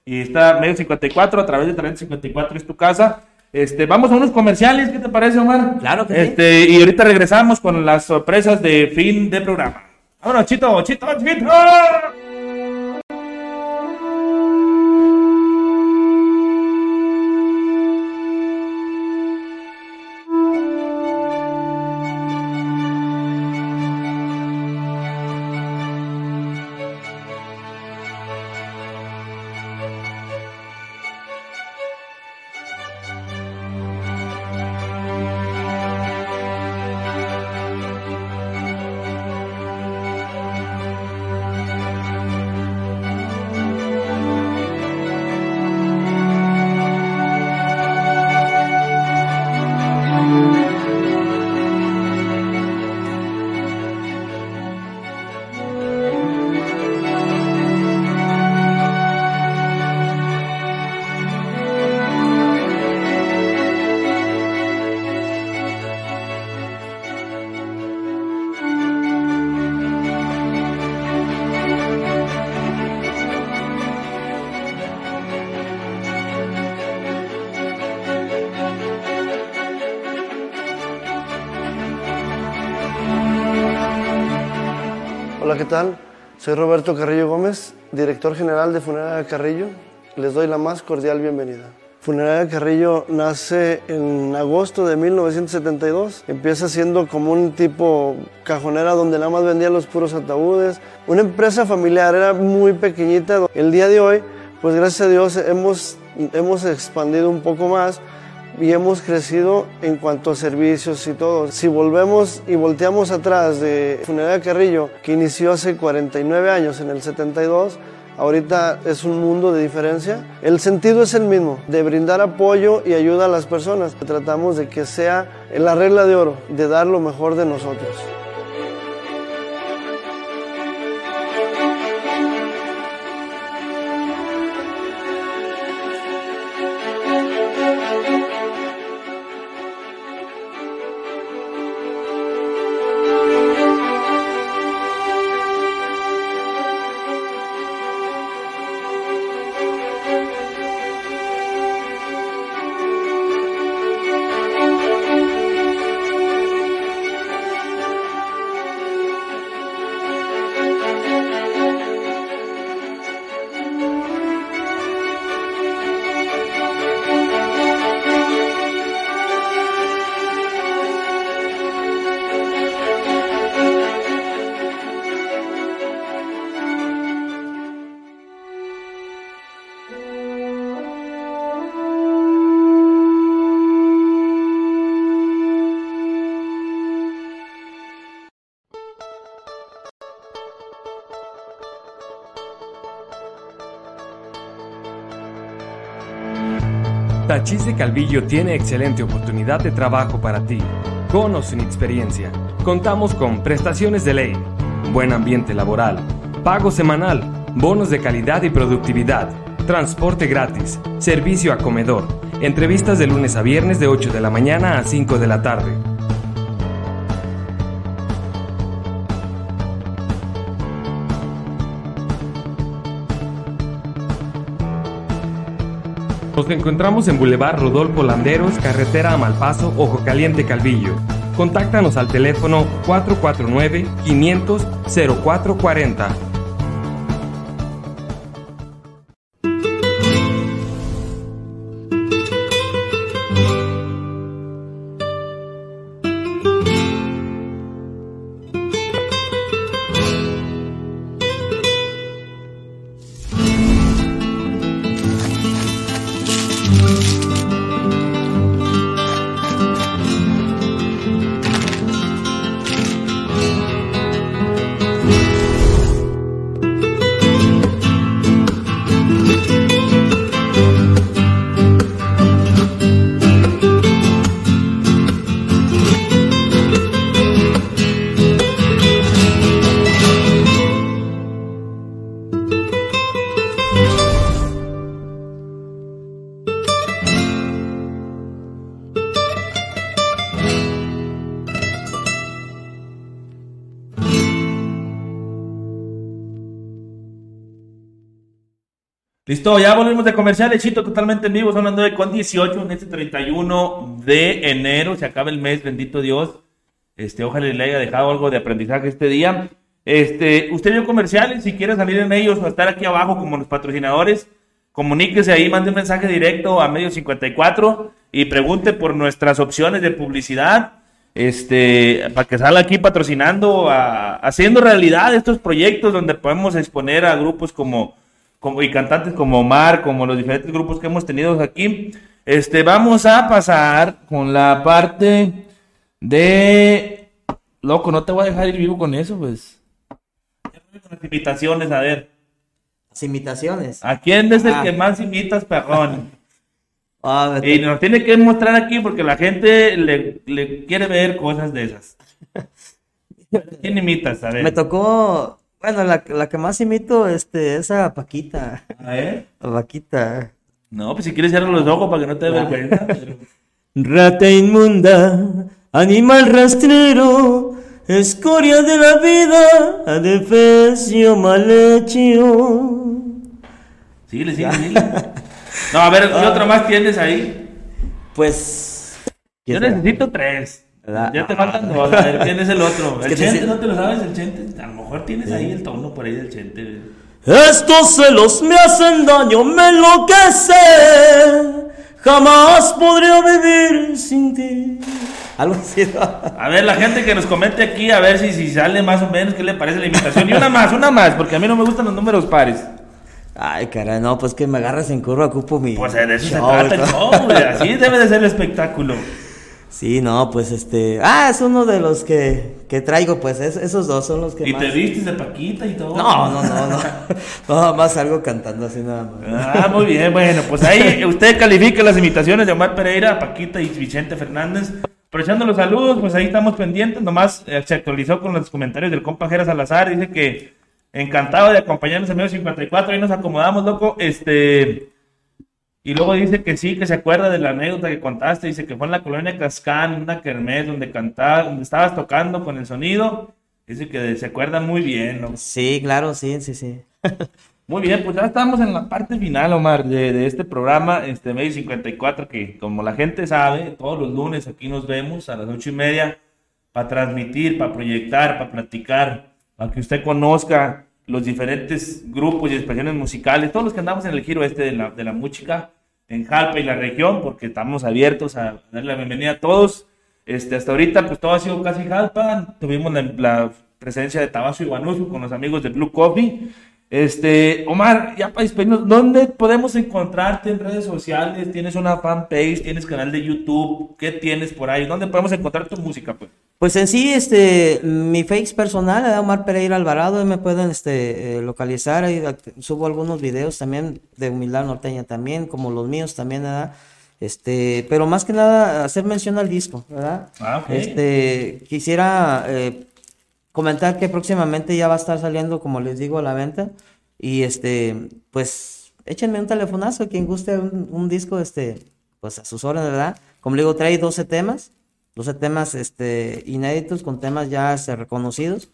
y está medio cincuenta y cuatro, a través de Talento cincuenta y cuatro es tu casa. Este, vamos a unos comerciales, ¿qué te parece, Omar? Claro que este, sí. Y ahorita regresamos con las sorpresas de fin de programa. Vámonos, Chito, Chito, Chito. Hola, ¿qué tal? Soy Roberto Carrillo Gómez, director general de Funeraria Carrillo. Les doy la más cordial bienvenida. Funeraria Carrillo nace en agosto de mil novecientos setenta y dos. Empieza siendo como un tipo cajonera donde nada más vendía los puros ataúdes. Una empresa familiar, era muy pequeñita. El día de hoy, pues gracias a Dios, hemos, hemos expandido un poco más y hemos crecido en cuanto a servicios y todo. Si volvemos y volteamos atrás de Funeraria Carrillo, que inició hace cuarenta y nueve años, en el setenta y dos, ahorita es un mundo de diferencia. El sentido es el mismo, de brindar apoyo y ayuda a las personas. Tratamos de que sea la regla de oro, de dar lo mejor de nosotros. Tachís de Calvillo tiene excelente oportunidad de trabajo para ti, con o sin experiencia. Contamos con prestaciones de ley, buen ambiente laboral, pago semanal, bonos de calidad y productividad, transporte gratis, servicio a comedor, entrevistas de lunes a viernes de ocho de la mañana a cinco de la tarde. Nos encontramos en Boulevard Rodolfo Landeros, carretera a Malpaso, Ojo Caliente, Calvillo. Contáctanos al teléfono cuatro cuatro nueve, quinientos, cero cuatro cuarenta. Listo, ya volvimos de comerciales, Chito, totalmente en vivo, son las nueve con dieciocho en este treinta y uno de enero, se acaba el mes, bendito Dios. Este, ojalá le haya dejado algo de aprendizaje este día. Este, usted vio comerciales, si quiere salir en ellos o estar aquí abajo como los patrocinadores, comuníquese ahí, mande un mensaje directo a Medio cincuenta y cuatro y pregunte por nuestras opciones de publicidad, este, para que salga aquí patrocinando, a, haciendo realidad estos proyectos donde podemos exponer a grupos como, como y cantantes como Omar, como los diferentes grupos que hemos tenido aquí. Este, vamos a pasar con la parte de... Loco, no te voy a dejar ir vivo con eso, pues. Con las invitaciones, a ver. Las imitaciones. ¿A quién es el Ah. que más imitas, perrón? Ah, Y nos tiene que mostrar aquí porque la gente le, le quiere ver cosas de esas. ¿Quién imitas? A ver. me tocó, bueno, la, la que más imito, este, esa Paquita. A ver. La Paquita. No, pues si quieres cierra los ojos para que no te dé vergüenza. pero- Rata inmunda, animal rastrero, escoria de la vida, adefesio mal hecho. Síguele, síguele, síguele. No, a ver, ¿qué otro más tienes ahí? Pues... Yo necesito tres. ¿Verdad? Ya te faltan dos. A ver, ¿quién es el otro? Es ¿El que te Chente? sé- ¿No te lo sabes, el Chente? A lo mejor tienes ahí el tono por ahí del Chente. Estos celos me hacen daño, me enloquece. Jamás podría vivir sin ti. Algo así, ¿no? A ver, la gente que nos comente aquí, a ver si, si sale más o menos, qué le parece la imitación. Y una más, una más, porque a mí no me gustan los números pares. Ay, caray, no, pues que me agarras en curva, ocupo mi... Pues eh, de eso se show, trata el ¿no? show, güey. Así debe de ser el espectáculo. Sí, no, pues este... Ah, es uno de los que, que traigo, pues es- esos dos son los que Y más... te vistes de Paquita y todo. No, no, no, no. Nada más salgo cantando así nada más. Ah, muy bien, bueno, pues ahí usted califica las imitaciones de Omar Pereira, Paquita y Vicente Fernández. Aprovechando los saludos, pues ahí estamos pendientes. Nomás eh, se actualizó con los comentarios del compa Jera Salazar. Dice que encantado de acompañarnos en Medio cincuenta y cuatro. Ahí nos acomodamos, loco. Este. Y luego dice que sí, que se acuerda de la anécdota que contaste. Dice que fue en la colonia Cascán, en una kermés donde cantaba, donde estabas tocando con el sonido. Dice que se acuerda muy bien, ¿no? Sí, claro, sí, sí, sí. Muy bien, pues ya estamos en la parte final, Omar, de, de este programa, este Medio cincuenta y cuatro, que como la gente sabe, todos los lunes aquí nos vemos a las ocho y media para transmitir, para proyectar, para platicar, para que usted conozca los diferentes grupos y expresiones musicales, todos los que andamos en el giro este de la, de la música en Jalpa y la región, porque estamos abiertos a darle la bienvenida a todos. Este, hasta ahorita, pues todo ha sido casi Jalpa, tuvimos la, la presencia de Tabazo y Guanuso con los amigos de Blue Coffee. Este, Omar, ya para despedirnos, ¿dónde podemos encontrarte en redes sociales? ¿Tienes una fanpage? ¿Tienes canal de YouTube? ¿Qué tienes por ahí? ¿Dónde podemos encontrar tu música, pues? Pues en sí, este, mi face personal, eh, Omar Pereira Alvarado, ahí me pueden este, eh, localizar, ahí act- subo algunos videos también de Humildad Norteña también, como los míos también, ¿verdad? Este, pero más que nada hacer mención al disco, ¿verdad? Ah, ok. Este, quisiera eh, comentar que próximamente ya va a estar saliendo, como les digo, a la venta, y este, pues, échenme un telefonazo, quien guste un, un disco, este, pues a sus órdenes, ¿verdad? Como le digo, trae doce temas, doce temas este, inéditos con temas ya este, reconocidos,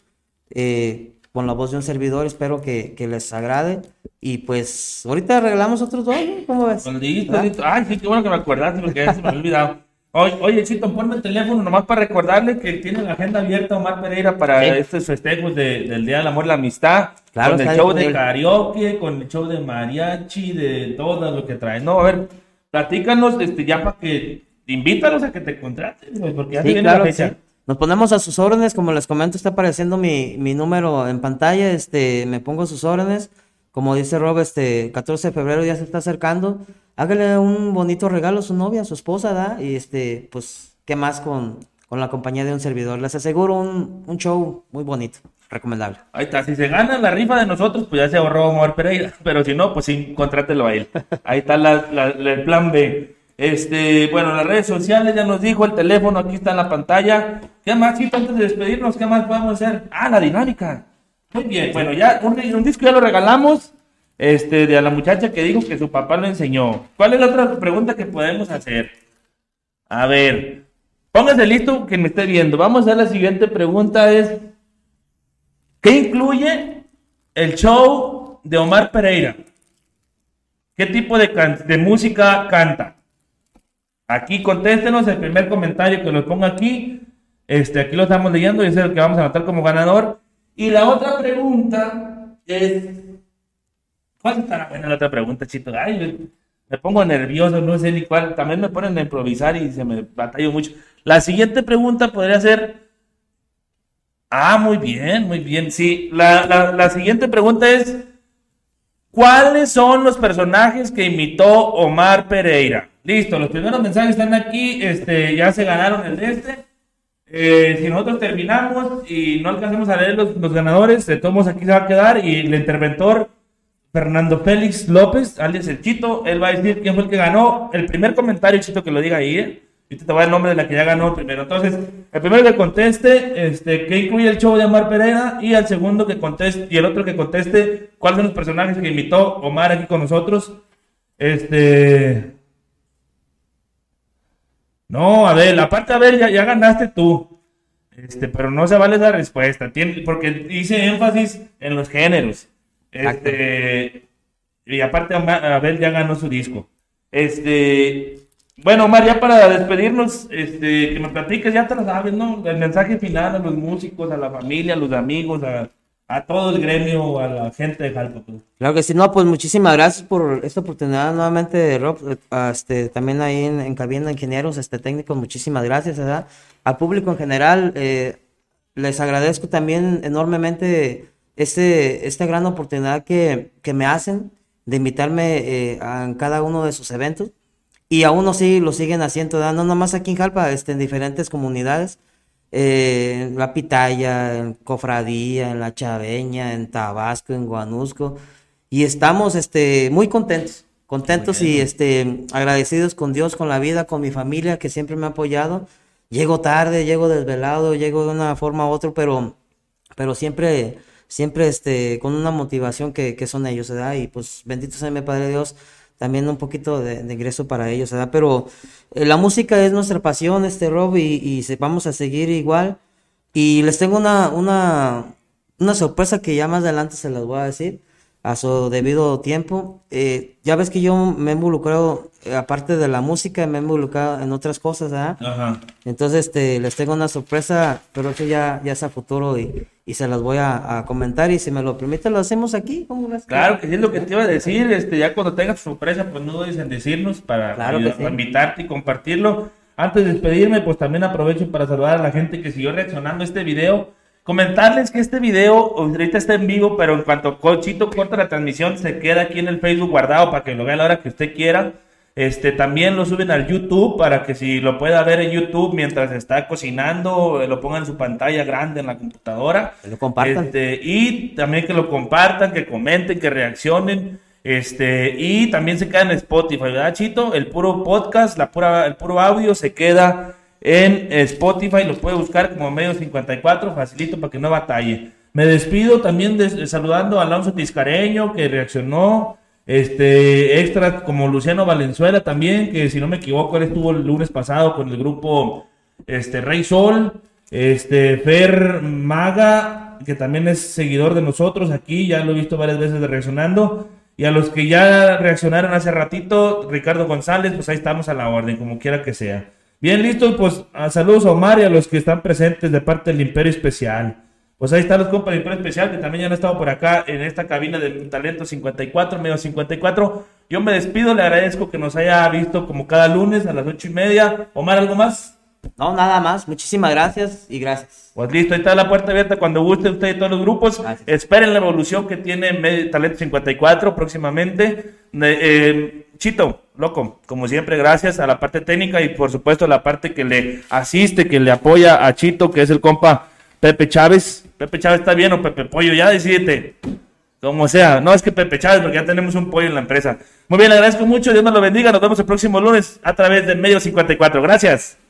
eh, con la voz de un servidor, espero que, que les agrade. Y pues ahorita arreglamos otros dos, ¿no? ¿Cómo ves? Cuando dijiste, ¿verdad? listo. Ay, sí, qué bueno que me acordaste porque ya se me había olvidado. Oye, oye, Chito, ponme el teléfono nomás para recordarle que tiene la agenda abierta Omar Pereira para Sí. estos festejos de- del Día del Amor y la Amistad. Claro, con el está show de disponible. karaoke, con el show de mariachi, de todo lo que trae. No, a ver, platícanos este, ya para que invítalos a que te contraten, güey, porque ya se Sí, viene claro, la fecha. sí. Nos ponemos a sus órdenes, como les comento, está apareciendo mi, mi número en pantalla, este, me pongo a sus órdenes. Como dice Rob, este, catorce de febrero ya se está acercando. Hágale un bonito regalo a su novia, a su esposa, ¿da? Y este, pues, ¿qué más con, con la compañía de un servidor? Les aseguro un, un show muy bonito, recomendable. Ahí está, si se gana la rifa de nosotros, pues ya se ahorró Omar Pereira, pero si no, pues sí, contrátelo a él. Ahí está la, la- la- el plan B. Este, bueno, las redes sociales ya nos dijo, el teléfono aquí está en la pantalla. ¿Qué más, Chito, antes de despedirnos, qué más podemos hacer? Ah, la dinámica. Muy bien, bueno, ya un, un disco ya lo regalamos, este, de a la muchacha que dijo que su papá lo enseñó. ¿Cuál es la otra pregunta que podemos hacer? A ver, póngase listo quien me esté viendo. Vamos a la siguiente pregunta es, ¿qué incluye el show de Omar Pereira? ¿Qué tipo de, can- de música canta? Aquí contéstenos el primer comentario que lo ponga aquí. Este, aquí lo estamos leyendo y ese es el que vamos a anotar como ganador. Y la otra pregunta es... ¿Cuál estará buena la otra pregunta, Chito? Ay, me, me pongo nervioso, no sé ni cuál. También me ponen a improvisar y se me batallo mucho. La siguiente pregunta podría ser... Ah, muy bien, muy bien. Sí, la, la, la siguiente pregunta es... ¿Cuáles son los personajes que imitó Omar Pereira? Listo, los primeros mensajes están aquí. Este, ya se ganaron el de este. Eh, si nosotros terminamos y no alcanzamos a leer los, los ganadores, de todos modos aquí se va a quedar y el interventor Fernando Félix López, alias el Chito, él va a decir quién fue el que ganó. El primer comentario, Chito, que lo diga ahí, ¿eh? Y te va el nombre de la que ya ganó primero. Entonces, el primero que conteste, este, ¿qué incluye el show de Omar Pereira? Y el segundo que conteste, y el otro que conteste, ¿cuáles son los personajes que imitó Omar aquí con nosotros? Este... No, Abel, aparte, Abel, ya, ya ganaste tú. Este, pero no se vale esa respuesta, tiene, porque hice énfasis en los géneros. Este, y aparte, Abel ya ganó su disco. Este, bueno, Omar, ya para despedirnos, este, que me platiques, ya te lo sabes, ¿no? El mensaje final a los músicos, a la familia, a los amigos, a, a todo el gremio, a la gente de Jalpa. Pues. Claro que sí, no, pues muchísimas gracias por esta oportunidad nuevamente, Rob, este, también ahí en, en cabina, ingenieros, este, técnicos, muchísimas gracias, ¿verdad? Al público en general, eh, les agradezco también enormemente este, esta gran oportunidad que, que me hacen de invitarme eh, a en cada uno de sus eventos, y aún no sí lo siguen haciendo, ¿verdad? No nomás aquí en Jalpa, este, en diferentes comunidades, eh, en La Pitaya, en Cofradía, en La Chaveña, en Tabasco, en Guanusco, y estamos este, muy contentos, contentos y este, agradecidos con Dios, con la vida, con mi familia que siempre me ha apoyado. Llego tarde, llego desvelado, llego de una forma u otra, pero, pero siempre, siempre este, con una motivación que, que son ellos, ¿verdad? Y pues bendito sea mi Padre Dios, también un poquito de, de ingreso para ellos, ¿verdad? Pero eh, la música es nuestra pasión, este Rob, y, y se, vamos a seguir igual. Y les tengo una, una, una sorpresa que ya más adelante se las voy a decir a su debido tiempo. Eh, ya ves que yo me he involucrado, eh, aparte de la música, me he involucrado en otras cosas, ¿verdad? Ajá. Entonces, este, les tengo una sorpresa, pero eso ya, ya es a futuro y, y se las voy a, a comentar, y si me lo permite lo hacemos aquí. ¿Cómo ves? Claro que sí, es lo que te iba a decir, este, ya cuando tengas tu sorpresa, pues no dudes en decirnos para, claro ayudar, sí. para invitarte y compartirlo. Antes de despedirme, pues también aprovecho para saludar a la gente que siguió reaccionando a este video. Comentarles que este video ahorita está en vivo, pero en cuanto Chito corta la transmisión, se queda aquí en el Facebook guardado para que lo vea a la hora que usted quiera. Este, también lo suben al YouTube para que si lo pueda ver en YouTube mientras está cocinando, lo pongan en su pantalla grande en la computadora. Que lo compartan. Este, y también que lo compartan, que comenten, que reaccionen. Este, y también se queda en Spotify, ¿verdad, Chito? El puro podcast, la pura, el puro audio se queda en Spotify, lo puede buscar como Medio cincuenta y cuatro, facilito para que no batalle. Me despido también de, de, saludando a Alonso Tiscareño, que reaccionó, este, extra como Luciano Valenzuela también, que si no me equivoco, él estuvo el lunes pasado con el grupo este, Rey Sol, este, Fer Maga, que también es seguidor de nosotros aquí, ya lo he visto varias veces de reaccionando, y a los que ya reaccionaron hace ratito, Ricardo González, pues ahí estamos a la orden, como quiera que sea. Bien, listo, pues a saludos a Omar y a los que están presentes de parte del Imperio Especial. Pues ahí están los compas del Imperio Especial que también ya han estado por acá en esta cabina de Talento cincuenta y cuatro, Medio cincuenta y cuatro. Yo me despido, le agradezco que nos haya visto como cada lunes a las ocho y media. Omar, ¿algo más? No, nada más. Muchísimas gracias y gracias. Pues listo, ahí está la puerta abierta cuando guste usted y todos los grupos. Gracias. Esperen la evolución que tiene Medio Talento cincuenta y cuatro próximamente. Eh, eh, Chito, loco, como siempre, gracias a la parte técnica y por supuesto a la parte que le asiste, que le apoya a Chito, que es el compa Pepe Chávez. Pepe Chávez está bien o Pepe Pollo, ya decídete. Como sea, no es que Pepe Chávez, porque ya tenemos un pollo en la empresa. Muy bien, le agradezco mucho, Dios nos lo bendiga, nos vemos el próximo lunes a través de Medio cincuenta y cuatro. Gracias.